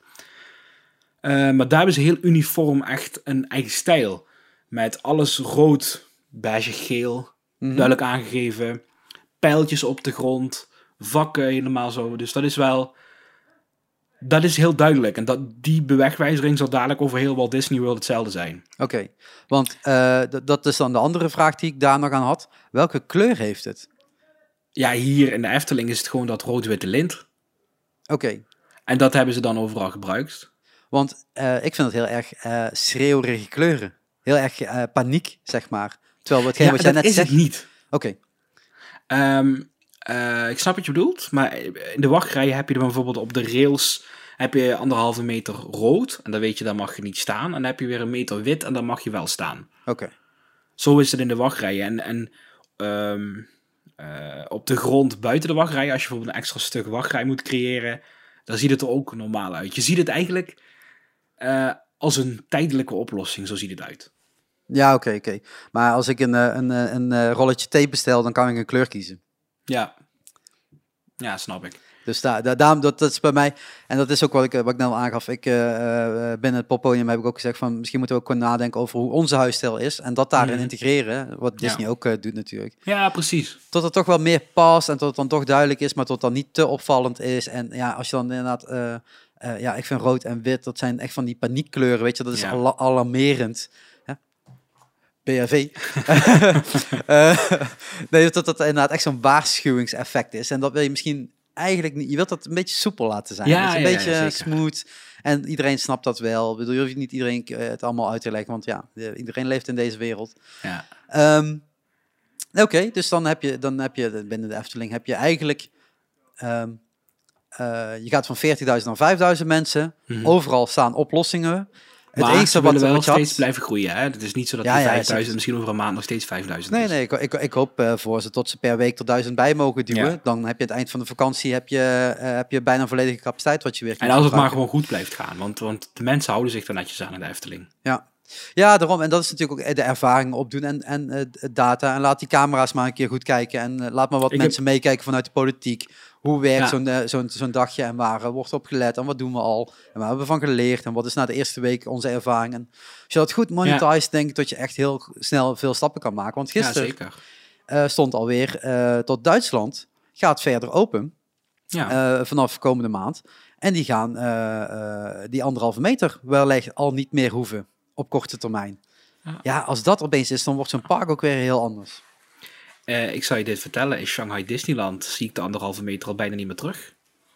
Uh, maar daar hebben ze heel uniform echt een eigen stijl. Met alles rood, beige, geel. Mm-hmm. Duidelijk aangegeven. Pijltjes op de grond. Vakken helemaal zo. Dus dat is wel... Dat is heel duidelijk. En dat, die bewegwijzering zal dadelijk over heel Walt Disney World hetzelfde zijn. Oké, okay. want uh, d- dat is dan de andere vraag die ik daar nog aan had. Welke kleur heeft het? Ja, hier in de Efteling is het gewoon dat rood-witte lint. Oké. Okay. En dat hebben ze dan overal gebruikt. Want uh, ik vind het heel erg uh, schreeuwerige kleuren. Heel erg uh, paniek, zeg maar. Terwijl hetgeen ja, wat jij net is zegt... het niet. Oké. Okay. Um, Uh, ik snap wat je bedoelt, maar in de wachtrijen heb je dan bijvoorbeeld op de rails heb je anderhalve meter rood en dan weet je, daar mag je niet staan. En dan heb je weer een meter wit en dan mag je wel staan. Oké. Okay. Zo is het in de wachtrijen. En, en um, uh, op de grond buiten de wachtrijen, als je bijvoorbeeld een extra stuk wachtrij moet creëren, dan ziet het er ook normaal uit. Je ziet het eigenlijk uh, als een tijdelijke oplossing, zo ziet het uit. Ja, oké, okay, oké. Okay. Maar als ik een, een, een, een rolletje tape bestel, dan kan ik een kleur kiezen. Ja, ja, snap ik. Dus daar, daar, daarom, dat, dat is bij mij, en dat is ook wat ik, wat ik net al aangaf, ik, uh, uh, binnen het poppodium heb ik ook gezegd van, misschien moeten we ook kunnen nadenken over hoe onze huisstijl is, en dat daarin mm. integreren, wat Disney ja. ook uh, doet natuurlijk. Ja, precies. Tot het toch wel meer past, en tot het dan toch duidelijk is, maar tot het dan niet te opvallend is, en ja, als je dan inderdaad, uh, uh, ja, ik vind rood en wit, dat zijn echt van die paniekkleuren, weet je, dat is ja. al- alarmerend. B H V. uh, nee, dat dat inderdaad echt zo'n waarschuwingseffect is. En dat wil je misschien eigenlijk niet... Je wilt dat een beetje soepel laten zijn. Ja, dus een ja, beetje ja, smooth. En iedereen snapt dat wel. Ik bedoel, je hoeft niet iedereen uh, het allemaal uit te leggen. Want ja, iedereen leeft in deze wereld. Ja. Um, Oké, okay, dus dan heb je, dan heb je binnen de Efteling heb je eigenlijk... Um, uh, je gaat van veertigduizend naar vijfduizend mensen. Mm-hmm. Overal staan oplossingen. Het maar enige ze wat, willen wel wat je steeds had... blijven groeien. Hè? Het is niet zo dat ja, die ja, vijfduizend ja, misschien over een maand nog steeds vijfduizend nee, is. Nee, ik, ik, ik hoop uh, voor ze tot ze per week tot duizend bij mogen duwen. Ja. Dan heb je het eind van de vakantie heb je, uh, heb je bijna volledige capaciteit wat je weer kan En als gebruiken. het maar gewoon goed blijft gaan. Want, want de mensen houden zich er netjes aan in de Efteling. Ja. Ja, daarom. En dat is natuurlijk ook de ervaring opdoen en, en uh, data. En laat die camera's maar een keer goed kijken. En uh, laat maar wat ik mensen heb... meekijken vanuit de politiek. Hoe werkt ja. zo'n, uh, zo'n, zo'n dagje en waar uh, wordt op gelet en wat doen we al? En waar hebben we van geleerd? En wat is na de eerste week onze ervaring? En als je dat goed monetiseert, ja. denk ik dat je echt heel snel veel stappen kan maken. Want gisteren ja, uh, stond alweer uh, tot Duitsland gaat verder open. Ja. Uh, vanaf komende maand. En die gaan uh, uh, die anderhalve meter wellicht al niet meer hoeven. Op korte termijn. Ja. ja, als dat opeens is, dan wordt zo'n park ook weer heel anders. Uh, ik zal je dit vertellen. In Shanghai Disneyland zie ik de anderhalve meter al bijna niet meer terug.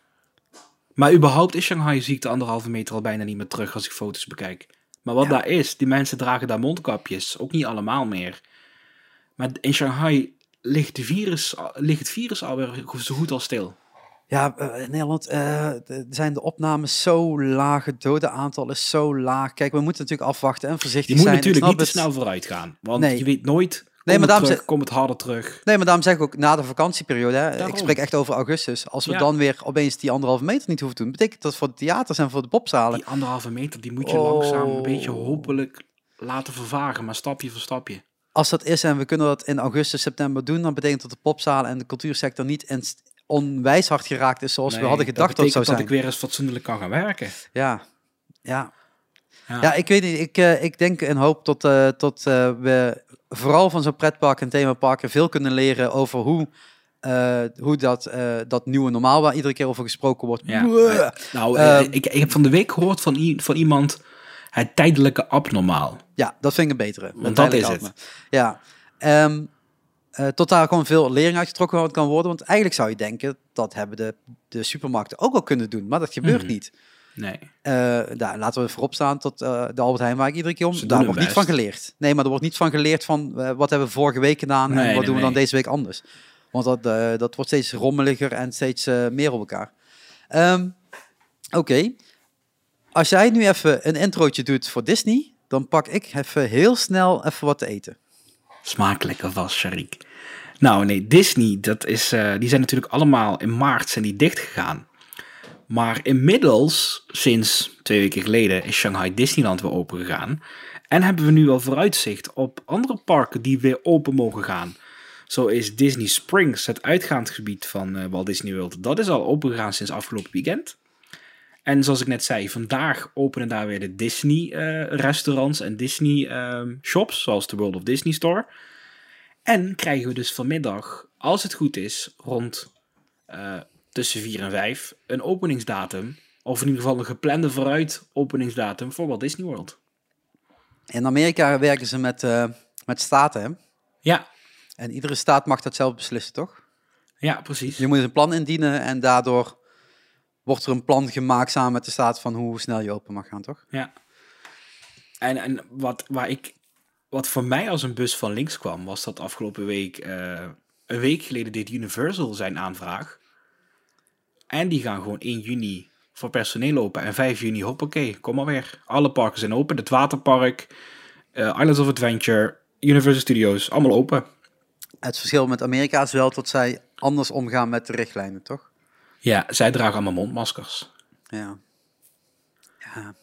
Maar überhaupt in Shanghai zie ik de anderhalve meter al bijna niet meer terug als ik foto's bekijk. Maar wat ja. daar is, die mensen dragen daar mondkapjes. Ook niet allemaal meer. Maar in Shanghai ligt, de virus, ligt het virus alweer zo goed als stil. Ja, uh, in Nederland uh, zijn de opnames zo laag, het dodenaantal is zo laag. Kijk, we moeten natuurlijk afwachten en voorzichtig zijn. Je moet zijn. natuurlijk niet het... te snel vooruit gaan, want nee. je weet nooit, kom, nee, maar het terug, zeg... kom het harder terug. Nee, maar daarom zeg ik ook, na de vakantieperiode, hè, ik spreek echt over augustus, als we ja. dan weer opeens die anderhalve meter niet hoeven te doen, betekent dat voor de theaters en voor de popzalen. Die anderhalve meter, die moet je oh. langzaam een beetje hopelijk laten vervagen, maar stapje voor stapje. Als dat is en we kunnen dat in augustus, september doen, dan betekent dat de popzalen en de cultuursector niet in onwijs hard geraakt is zoals nee, we hadden gedacht dat, dat zou zijn. Dat ik weer eens fatsoenlijk kan gaan werken. Ja, ja. Ja, ja ik weet niet. Ik, uh, ik denk en hoop tot, uh, tot uh, we vooral van zo'n pretpark en themaparken veel kunnen leren over hoe, uh, hoe dat, uh, dat nieuwe normaal waar iedere keer over gesproken wordt. Ja. Uh, nou, uh, um, ik, ik heb van de week gehoord van, i- van iemand het tijdelijke abnormaal. Ja, dat vind ik een betere. Want dat is abnormaal. Het. Ja. Um, Uh, tot daar gewoon veel lering uitgetrokken kan worden. Want eigenlijk zou je denken, dat hebben de, de supermarkten ook al kunnen doen. Maar dat gebeurt mm. niet. Nee. Uh, daar, laten we voorop staan tot uh, de Albert Heijn waar ik iedere keer om. Daar wordt niet van geleerd. Nee, maar er wordt niet van geleerd van uh, wat hebben we vorige week gedaan nee, en wat nee, doen we nee. dan deze week anders. Want dat, uh, dat wordt steeds rommeliger en steeds uh, meer op elkaar. Um, Oké. Okay. Als jij nu even een introotje doet voor Disney, dan pak ik even heel snel even wat te eten. Smakelijk alvast, Sharik. Nou nee, Disney, dat is, uh, die zijn natuurlijk allemaal in maart zijn die dicht gegaan. Maar inmiddels, sinds twee weken geleden, is Shanghai Disneyland weer open gegaan. En hebben we nu al vooruitzicht op andere parken die weer open mogen gaan. Zo is Disney Springs, het uitgaansgebied van uh, Walt Disney World, dat is al open gegaan sinds afgelopen weekend. En zoals ik net zei, vandaag openen daar weer de Disney uh, restaurants en Disney uh, shops, zoals de World of Disney Store. En krijgen we dus vanmiddag, als het goed is, rond uh, tussen vier en vijf, een openingsdatum. Of in ieder geval een geplande vooruit openingsdatum voor Walt Disney World. In Amerika werken ze met, uh, met staten, hè? Ja. En iedere staat mag dat zelf beslissen, toch? Ja, precies. Je moet een plan indienen en daardoor wordt er een plan gemaakt samen met de staat van hoe snel je open mag gaan, toch? Ja. En, en wat, waar ik, wat voor mij als een bus van links kwam, was dat afgelopen week, uh, een week geleden deed Universal zijn aanvraag. En die gaan gewoon één juni voor personeel open. En vijf juni, hoppakee, kom maar weer. Alle parken zijn open. Het waterpark, uh, Islands of Adventure, Universal Studios, allemaal open. Het verschil met Amerika is wel dat zij anders omgaan met de richtlijnen, toch? Ja, zij dragen allemaal mondmaskers. Ja. Ja.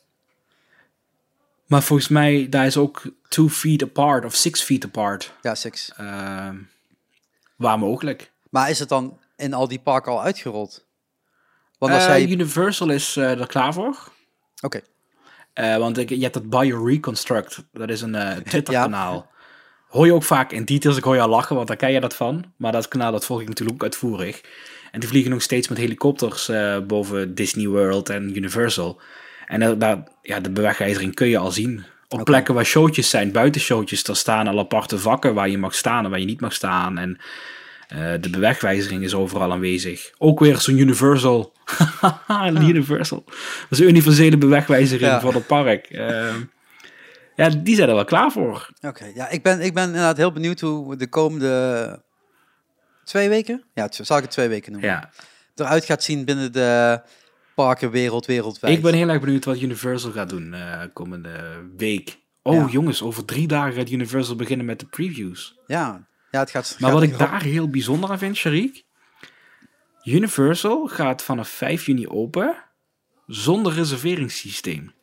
Maar volgens mij, daar is ook two feet apart of six feet apart. Ja, six. Uh, waar mogelijk. Maar is het dan in al die parken al uitgerold? Want als uh, zij... Universal is uh, er klaar voor. Oké. Okay. Uh, want ik, je hebt dat BioReconstruct. Dat is een uh, Twitter-kanaal. Ja. Hoor je ook vaak in details. Ik hoor je al lachen, want daar ken je dat van. Maar dat kanaal, dat volg ik natuurlijk ook uitvoerig. En die vliegen nog steeds met helikopters uh, boven Disney World en Universal. En uh, daar, ja, de bewegwijzering kun je al zien. Op okay. plekken waar showtjes zijn, buitenshowtjes, daar staan al aparte vakken waar je mag staan en waar je niet mag staan. En uh, de bewegwijzering is overal aanwezig. Ook weer zo'n Universal. Universal. Dat is een universele bewegwijzering ja. voor het park. Uh, ja, die zijn er wel klaar voor. Oké, okay. ja, ik ben, ik ben inderdaad heel benieuwd hoe de komende twee weken, ja, zal ik het twee weken noemen, ja. eruit gaat zien binnen de parkenwereld wereldwijd. Ik ben heel erg benieuwd wat Universal gaat doen uh, komende week. Oh ja. Jongens, over drie dagen gaat Universal beginnen met de previews. Ja, ja het gaat... Maar gaat wat ik daar op. heel bijzonder aan vind, Sharik, Universal gaat vanaf vijf juni open zonder reserveringssysteem.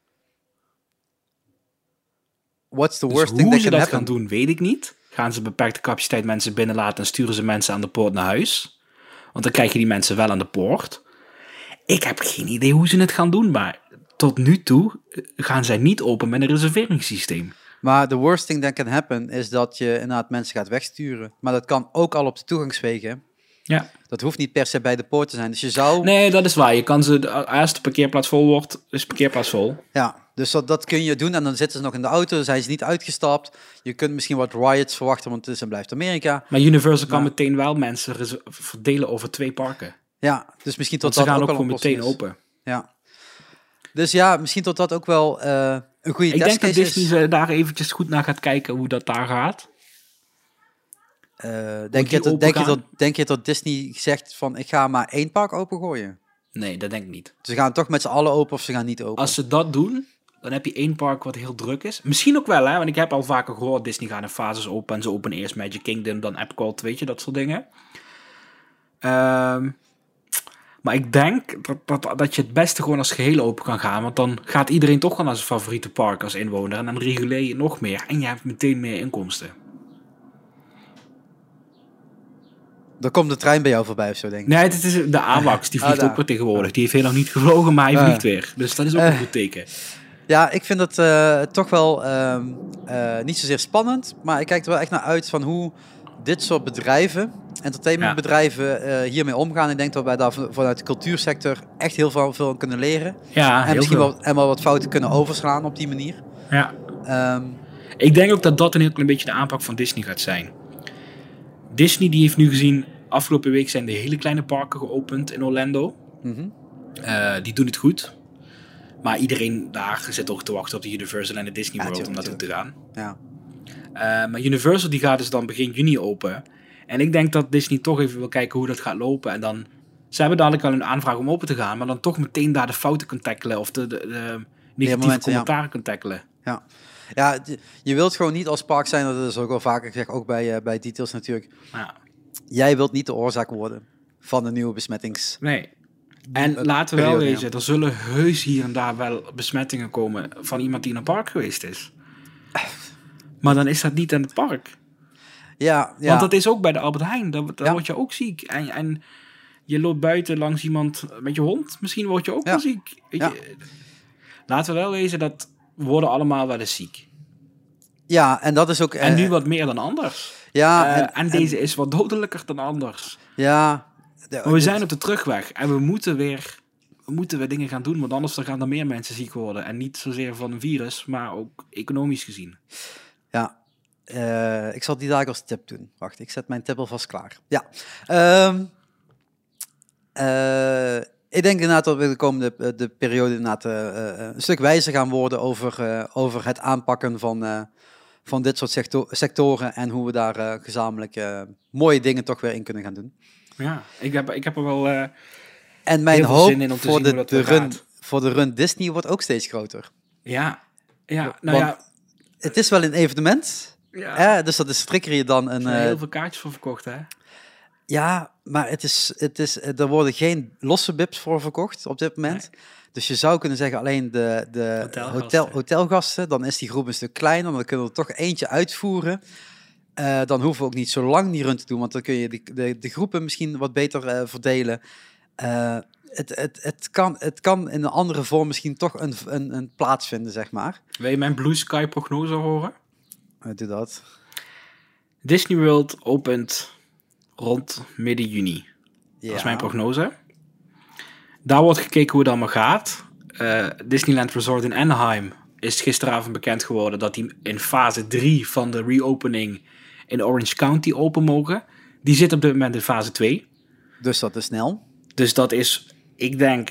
What's the dus worst thing hoe that ze can dat happen? gaan doen, weet ik niet. Gaan ze beperkte capaciteit mensen binnenlaten en sturen ze mensen aan de poort naar huis? Want dan krijg je die mensen wel aan de poort. Ik heb geen idee hoe ze het gaan doen, maar tot nu toe gaan zij niet open met een reserveringssysteem. Maar the worst thing that can happen is dat je inderdaad mensen gaat wegsturen. Maar dat kan ook al op de toegangswegen. Ja. Dat hoeft niet per se bij de poort te zijn. Dus je zou... Nee, dat is waar. Je kan ze, als de parkeerplaats vol wordt, is de parkeerplaats vol. Ja, dus dat, dat kun je doen. En dan zitten ze nog in de auto, zijn ze niet uitgestapt. Je kunt misschien wat riots verwachten, want het is en blijft Amerika. Maar Universal kan ja. meteen wel mensen res- verdelen over twee parken. Ja, dus misschien tot want dat ze ook, gaan ook wel gewoon meteen open. Ja. Dus ja, misschien tot dat ook wel uh, een goede testcase is. Ik denk dat Disney is. daar eventjes goed naar gaat kijken hoe dat daar gaat. Uh, denk, je dat, denk, je dat, denk je dat Disney zegt van ik ga maar één park opengooien? Nee, dat denk ik niet. Ze gaan toch met z'n allen open of ze gaan niet open? Als ze dat doen, dan heb je één park wat heel druk is. Misschien ook wel, hè, want ik heb al vaker gehoord, Disney gaat in fases open en ze openen eerst Magic Kingdom, dan Epcot, weet je, dat soort dingen. Um, maar ik denk dat, dat, dat je het beste gewoon als geheel open kan gaan, want dan gaat iedereen toch wel naar zijn favoriete park als inwoner en dan reguleer je nog meer en je hebt meteen meer inkomsten. Dan komt de trein bij jou voorbij of zo, denk ik. Nee, het is de AWACS, die vliegt ah, ook weer tegenwoordig. Die heeft heel lang niet gevlogen, maar hij vliegt uh. weer. Dus dat is ook uh. een goed teken. Ja, ik vind het uh, toch wel um, uh, niet zozeer spannend, maar ik kijk er wel echt naar uit van hoe dit soort bedrijven, entertainmentbedrijven, ja. uh, hiermee omgaan. Ik denk dat wij daar vanuit de cultuursector echt heel veel, veel kunnen leren. Ja, en misschien veel. wel, en wel wat fouten kunnen overslaan op die manier. Ja. Um, ik denk ook dat dat een heel klein beetje de aanpak van Disney gaat zijn. Disney die heeft nu gezien, afgelopen week zijn de hele kleine parken geopend in Orlando. Mm-hmm. Uh, die doen het goed. Maar iedereen daar zit toch te wachten op de Universal en de Disney ja, World om naartoe te gaan. Ja. Uh, maar Universal die gaat dus dan begin juni open. En ik denk dat Disney toch even wil kijken hoe dat gaat lopen. En dan, ze hebben dadelijk al een aanvraag om open te gaan, maar dan toch meteen daar de fouten kan tackelen of de, de, de negatieve momenten, commentaren ja. kan tackelen. Ja. Ja, je wilt gewoon niet als park zijn, dat is ook wel vaker gezegd, ook bij, uh, bij Details natuurlijk. Ja. Jij wilt niet de oorzaak worden van een nieuwe besmettings... Nee. En uh, laten we wel wezen, er zullen heus hier en daar wel besmettingen komen van iemand die in een park geweest is. Maar dan is dat niet in het park. Ja, ja. Want dat is ook bij de Albert Heijn. Dan, dan ja. word je ook ziek. En, en je loopt buiten langs iemand met je hond. Misschien word je ook ja. wel ziek. Weet ja. je? Laten we wel wezen, dat we worden allemaal wel eens ziek. Ja, en dat is ook... En uh, nu wat meer dan anders. Ja, uh, en, en deze en, is wat dodelijker dan anders. Ja. De, maar we zijn op de terugweg. En we moeten weer... We moeten weer dingen gaan doen, want anders dan gaan er meer mensen ziek worden. En niet zozeer van een virus, maar ook economisch gezien. Ja. Uh, ik zal die daar als tip doen. Wacht, ik zet mijn tip alvast klaar. Ja. Um, uh, ik denk inderdaad dat we de komende de periode inderdaad, uh, een stuk wijzer gaan worden over, uh, over het aanpakken van, uh, van dit soort sector- sectoren en hoe we daar uh, gezamenlijk uh, mooie dingen toch weer in kunnen gaan doen. Ja, ik heb, ik heb er wel uh, en mijn heel hoop veel zin in om te voor, zien de, hoe dat de run, gaat. voor de run Disney wordt ook steeds groter. Ja, ja nou Want ja. Het is wel een evenement, ja. hè? Dus dat is strikkerer dan een... Er zijn uh, heel veel kaartjes voor verkocht, hè? Ja, maar het is, het is, er worden geen losse bips voor verkocht op dit moment. Nee. Dus je zou kunnen zeggen alleen de, de hotelgasten. Hotel, hotelgasten, dan is die groep een stuk kleiner, dan kunnen we er toch eentje uitvoeren. Uh, dan hoeven we ook niet zo lang die run te doen, want dan kun je de, de, de groepen misschien wat beter uh, verdelen. Uh, het, het, het, kan, het kan in een andere vorm misschien toch een, een, een plaats vinden, zeg maar. Wil je mijn Blue Sky prognose horen? Uh, doe dat. Disney World opent rond midden juni. Ja. Dat is mijn prognose. Daar wordt gekeken hoe het allemaal gaat. Uh, Disneyland Resort in Anaheim is gisteravond bekend geworden dat die in fase drie van de reopening in Orange County open mogen. Die zit op dit moment in fase twee. Dus dat is snel. Dus dat is, ik denk,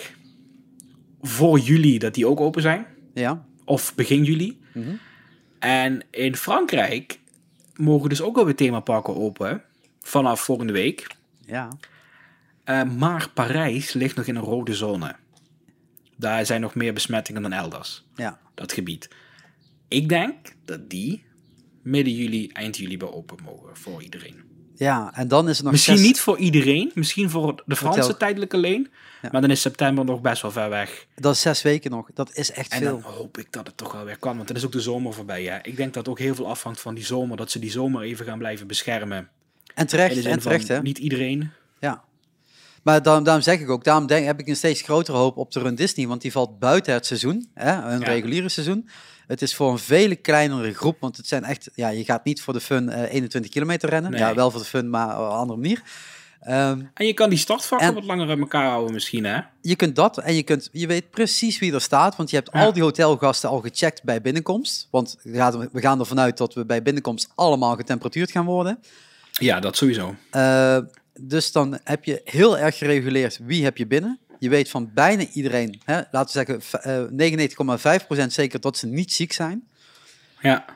voor juli dat die ook open zijn. Ja. Of begin juli. Mm-hmm. En in Frankrijk mogen dus ook alweer themaparken open vanaf volgende week. Ja. Uh, maar Parijs ligt nog in een rode zone. Daar zijn nog meer besmettingen dan elders. Ja. Dat gebied. Ik denk dat die midden juli, eind juli wel open mogen voor iedereen. Ja, en dan is het nog... Misschien zes... niet voor iedereen. Misschien voor de Franse Hotel... tijdelijk alleen. Ja. Maar dan is september nog best wel ver weg. Dat is zes weken nog. Dat is echt en veel. En dan hoop ik dat het toch wel weer kan. Want dan is ook de zomer voorbij. Ja. Ik denk dat ook heel veel afhangt van die zomer. Dat ze die zomer even gaan blijven beschermen. En terecht, en terecht hè. Niet iedereen. Ja. Maar daarom, daarom zeg ik ook, daarom denk, heb ik een steeds grotere hoop op de Run Disney, want die valt buiten het seizoen, hè, een ja. reguliere seizoen. Het is voor een vele kleinere groep, want het zijn echt, ja, je gaat niet voor de fun uh, eenentwintig kilometer rennen. Nee. Ja, wel voor de fun, maar op een andere manier. Um, en je kan die startvakken en, wat langer uit elkaar houden misschien, hè? Je kunt dat en je, kunt, je weet precies wie er staat, want je hebt ja. al die hotelgasten al gecheckt bij binnenkomst. Want we gaan, we gaan ervan uit dat we bij binnenkomst allemaal getemperatuurd gaan worden. Ja, dat sowieso. Uh, dus dan heb je heel erg gereguleerd wie heb je binnen. Je weet van bijna iedereen, hè, laten we zeggen uh, negenennegentig komma vijf procent zeker dat ze niet ziek zijn. Ja.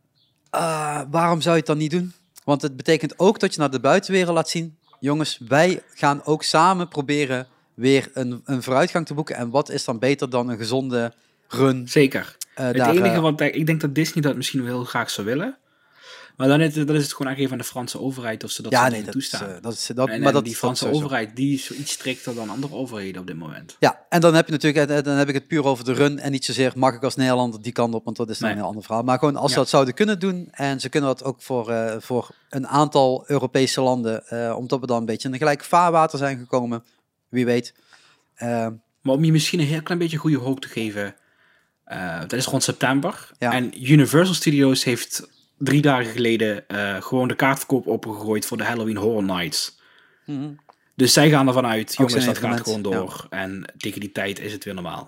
Uh, waarom zou je het dan niet doen? Want het betekent ook dat je naar de buitenwereld laat zien, jongens, wij gaan ook samen proberen weer een, een vooruitgang te boeken. En wat is dan beter dan een gezonde run? Zeker. Uh, het daar, enige, uh, want ik denk dat Disney dat misschien wel heel graag zou willen. Maar dan is het, dan is het gewoon eigenlijk aan de Franse overheid of ze dat ja, nee, nee, dat toestaan. Is, uh, dat is, dat, en, maar en dat, die Franse dat overheid die is iets strikter dan andere overheden op dit moment. Ja, en dan heb je natuurlijk, dan heb ik het puur over de run en niet zozeer mag ik als Nederlander die kant op, want dat is nee. een heel ander verhaal. Maar gewoon als ja. ze dat zouden kunnen doen en ze kunnen dat ook voor, uh, voor een aantal Europese landen, uh, omdat we dan een beetje in een gelijk vaarwater zijn gekomen, wie weet. Uh, maar om je misschien een heel klein beetje goede hoop te geven, Uh, dat is rond september. Ja. En Universal Studios heeft drie dagen geleden uh, gewoon de kaartverkoop opengegooid voor de Halloween Horror Nights. Mm-hmm. Dus zij gaan ervan uit, jongens, dat gaat gewoon door. Ja. En tegen die tijd is het weer normaal.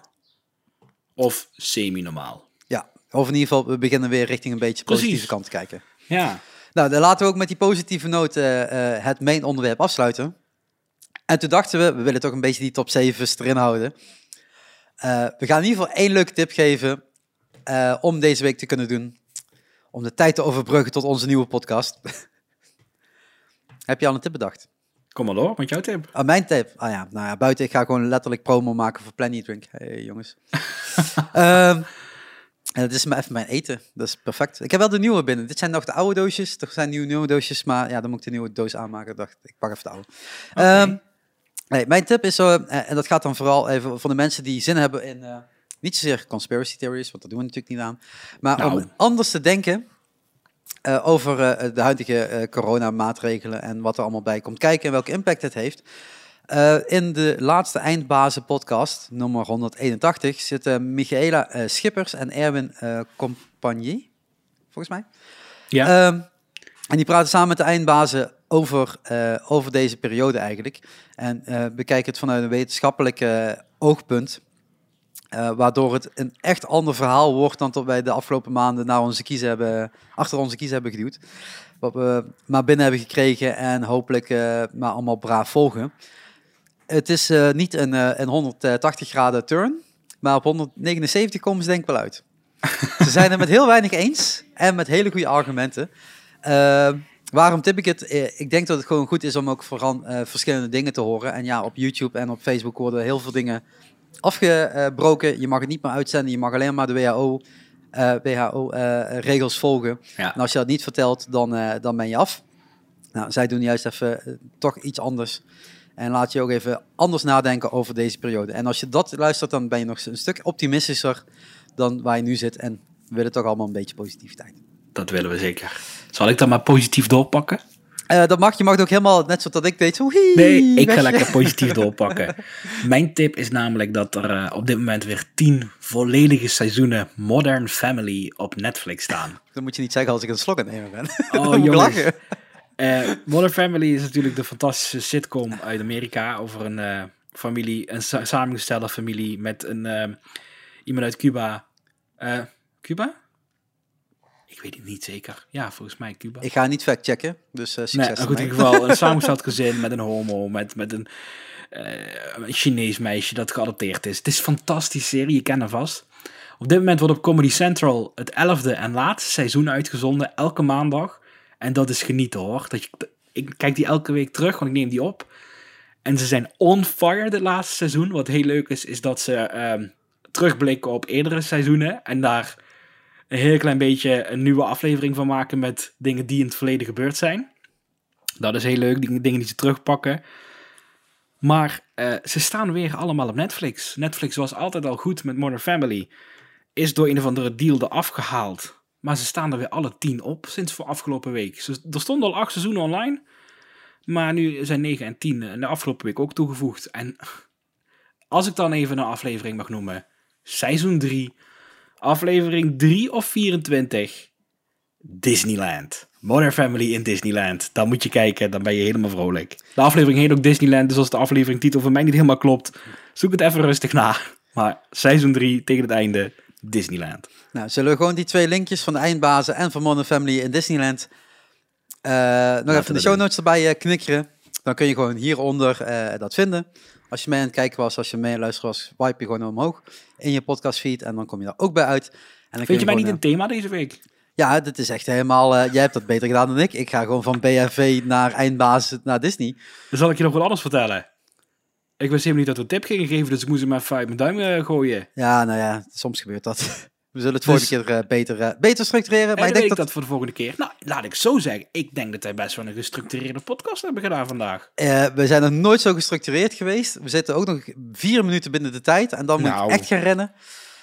Of semi-normaal. Ja, of in ieder geval, we beginnen weer richting een beetje Precies. positieve kant te kijken. Ja. Nou, dan laten we ook met die positieve noot uh, uh, het main onderwerp afsluiten. En toen dachten we, we willen toch een beetje die top zeven erin houden. Uh, we gaan in ieder geval één leuke tip geven uh, om deze week te kunnen doen. Om de tijd te overbruggen tot onze nieuwe podcast. Heb je al een tip bedacht? Kom maar door, met jouw tip. Oh, mijn tip? Ah ja, nou ja, buiten. Ik ga gewoon letterlijk promo maken voor Planet Drink. Hey jongens. um, En dat is maar even mijn eten. Dat is perfect. Ik heb wel de nieuwe binnen. Dit zijn nog de oude doosjes. Er zijn nieuwe, nieuwe doosjes. Maar ja, dan moet ik de nieuwe doos aanmaken. Ik dacht, ik pak even de oude. Okay. Um, nee, mijn tip is zo... Uh, en dat gaat dan vooral even voor de mensen die zin hebben in... Uh, niet zozeer conspiracy theories, want dat doen we natuurlijk niet aan. Maar nou. om anders te denken... Uh, over uh, de huidige uh, coronamaatregelen... en wat er allemaal bij komt kijken... en welke impact het heeft... Uh, in de laatste Eindbazen podcast, nummer honderdeenentachtig, zitten Michaela uh, Schippers en Erwin uh, Compagnie, volgens mij. Ja. Um, en die praten samen met de Eindbazen over, uh, over deze periode eigenlijk. En uh, bekijken het vanuit een wetenschappelijk uh, oogpunt. Uh, waardoor het een echt ander verhaal wordt dan dat wij de afgelopen maanden naar onze kiezen hebben, achter onze kiezen hebben geduwd. Wat we maar binnen hebben gekregen en hopelijk uh, maar allemaal braaf volgen. Het is uh, niet een, uh, een honderdtachtig graden turn, maar op honderdnegenenzeventig komen ze denk ik wel uit. Ze zijn het met heel weinig eens en met hele goede argumenten. Uh, waarom tip ik het? Uh, ik denk dat het gewoon goed is om ook vooral uh, verschillende dingen te horen. En ja, op YouTube en op Facebook worden heel veel dingen afgebroken. Je mag het niet meer uitzenden, je mag alleen maar de W H O, uh, W H O-regels uh, volgen. Ja. En als je dat niet vertelt, dan, uh, dan ben je af. Nou, zij doen juist even uh, toch iets anders. En laat je ook even anders nadenken over deze periode. En als je dat luistert, dan ben je nog een stuk optimistischer dan waar je nu zit. En we willen toch allemaal een beetje positiviteit. Dat willen we zeker. Zal ik dan maar positief doorpakken? Uh, dat mag. Je mag het ook helemaal, net zoals dat ik deed. Zo, hie, nee, ik ga lekker positief doorpakken. Mijn tip is namelijk dat er uh, op dit moment weer tien volledige seizoenen Modern Family op Netflix staan. Dat moet je niet zeggen als ik een slok aan het nemen ben. Oh, jongens. Uh, Modern Family is natuurlijk de fantastische sitcom uit Amerika over een uh, familie, een sa- samengestelde familie met een uh, iemand uit Cuba. Uh, Cuba? Ik weet het niet zeker. Ja, volgens mij Cuba. Ik ga niet fact checken, dus uh, succes. Nee, goed, in ieder geval een samengesteld gezin met een homo, met, met een, uh, een Chinees meisje dat geadopteerd is. Het is een fantastische serie, je kent haar vast. Op dit moment wordt op Comedy Central het elfde en laatste seizoen uitgezonden, elke maandag. En dat is genieten hoor. Dat je, ik kijk die elke week terug, want ik neem die op. En ze zijn on fire dit laatste seizoen. Wat heel leuk is, is dat ze um, terugblikken op eerdere seizoenen. En daar een heel klein beetje een nieuwe aflevering van maken met dingen die in het verleden gebeurd zijn. Dat is heel leuk, die dingen die ze terugpakken. Maar uh, ze staan weer allemaal op Netflix. Netflix was altijd al goed met Modern Family. Is door een of andere deal eraf gehaald. Maar ze staan er weer alle tien op sinds voor afgelopen week. Dus er stonden al acht seizoenen online. Maar nu zijn negen en tien en de afgelopen week ook toegevoegd. En als ik dan even een aflevering mag noemen. Seizoen drie. Aflevering drie of vierentwintig. Disneyland. Modern Family in Disneyland. Dan moet je kijken, dan ben je helemaal vrolijk. De aflevering heet ook Disneyland. Dus als de aflevering titel voor mij niet helemaal klopt. Zoek het even rustig na. Maar seizoen drie tegen het einde. Disneyland. Nou, zullen we gewoon die twee linkjes van de Eindbazen en van Modern Family in Disneyland uh, nog Laten even de show notes erbij uh, knikkeren. Dan kun je gewoon hieronder uh, dat vinden. Als je mee aan het kijken was, als je mee aan het luisteren was, swipe je gewoon omhoog in je podcastfeed en dan kom je daar ook bij uit. En dan Vind je, je mij niet uh, een thema deze week? Ja, dit is echt helemaal... Uh, jij hebt dat beter gedaan dan ik. Ik ga gewoon van B F V naar Eindbazen naar Disney. Dan zal ik je nog wat anders vertellen. Ik wist helemaal niet dat we een tip gingen geven, dus ik moest hem even uit mijn duim uh, gooien. Ja, nou ja, soms gebeurt dat. We zullen het volgende dus, keer uh, beter, uh, beter structureren. Maar ik denk dat... dat voor de volgende keer... Nou, laat ik zo zeggen. Ik denk dat wij best wel een gestructureerde podcast hebben gedaan vandaag. Uh, we zijn nog nooit zo gestructureerd geweest. We zitten ook nog vier minuten binnen de tijd. En dan moet nou. ik echt gaan rennen.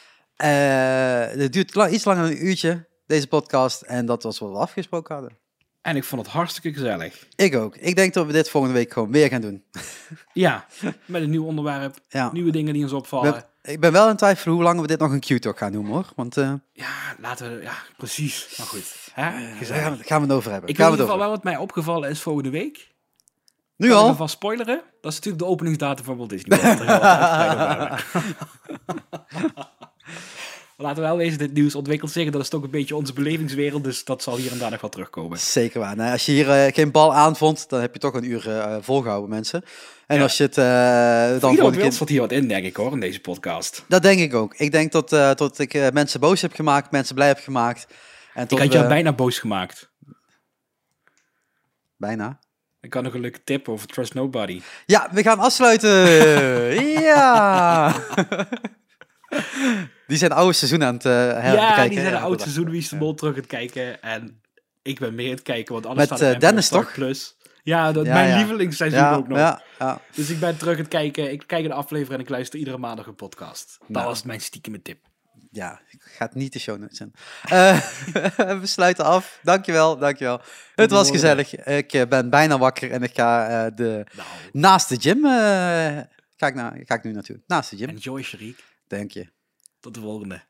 Uh, het duurt lang, iets langer dan een uurtje, deze podcast. En dat was wat we afgesproken hadden. En ik vond het hartstikke gezellig. Ik ook. Ik denk dat we dit volgende week gewoon weer gaan doen. Ja, met een nieuw onderwerp. Ja. Nieuwe dingen die ons opvallen. We, ik ben wel aan het twijfelen hoe lang we dit nog een Q-talk gaan noemen, hoor. Want uh, Ja, laten we... Ja, precies. Maar goed. Hè? daar gaan, we, gaan we het over hebben. Ik gaan weet in we ieder geval het wel wat mij opgevallen is volgende week. Nu Kan al? ik alvast spoileren? Dat is natuurlijk de openingsdatum van Walt Disney World. Daar gaan we het uitgebreid over hebben. Laten we wel wezen, dit nieuws ontwikkelt zich. Dat is toch een beetje onze belevingswereld. Dus dat zal hier en daar nog wel terugkomen. Zeker waar. Nou, als je hier uh, geen bal aanvond, dan heb je toch een uur uh, volgehouden, mensen. En ja. als je het uh, dan Iedereen keer... wat hier wat in, denk ik, hoor, in deze podcast. Dat denk ik ook. Ik denk dat, uh, dat ik uh, mensen boos heb gemaakt, mensen blij heb gemaakt. En ik had we... jou bijna boos gemaakt. Bijna? Ik had nog een leuke tip over Trust Nobody. Ja, we gaan afsluiten. Ja! Die zijn oude seizoen aan het uh, herbekijken. Ja, die zijn ja, de oude seizoen Wie is de Mol terug aan het kijken. En ik ben mee aan het kijken, want alles Met, staat op uh, Dennis, toch? Plus. Ja, dat ja, mijn ja. lievelingsseizoen ja, ook nog. Ja, ja. Dus ik ben terug aan het kijken. Ik kijk de aflevering en ik luister iedere maandag een podcast. Dat Nou. was mijn stiekeme tip. Ja, ik ga het niet de show notes zijn. Uh, we sluiten af. Dankjewel, dankjewel. Tot het was gezellig. Ik uh, ben bijna wakker en ik ga uh, de, nou. naast de gym... Uh, ga, ik na, ga ik nu naartoe. Naast de gym. Enjoy, Sharik. Dank je. Tot de volgende.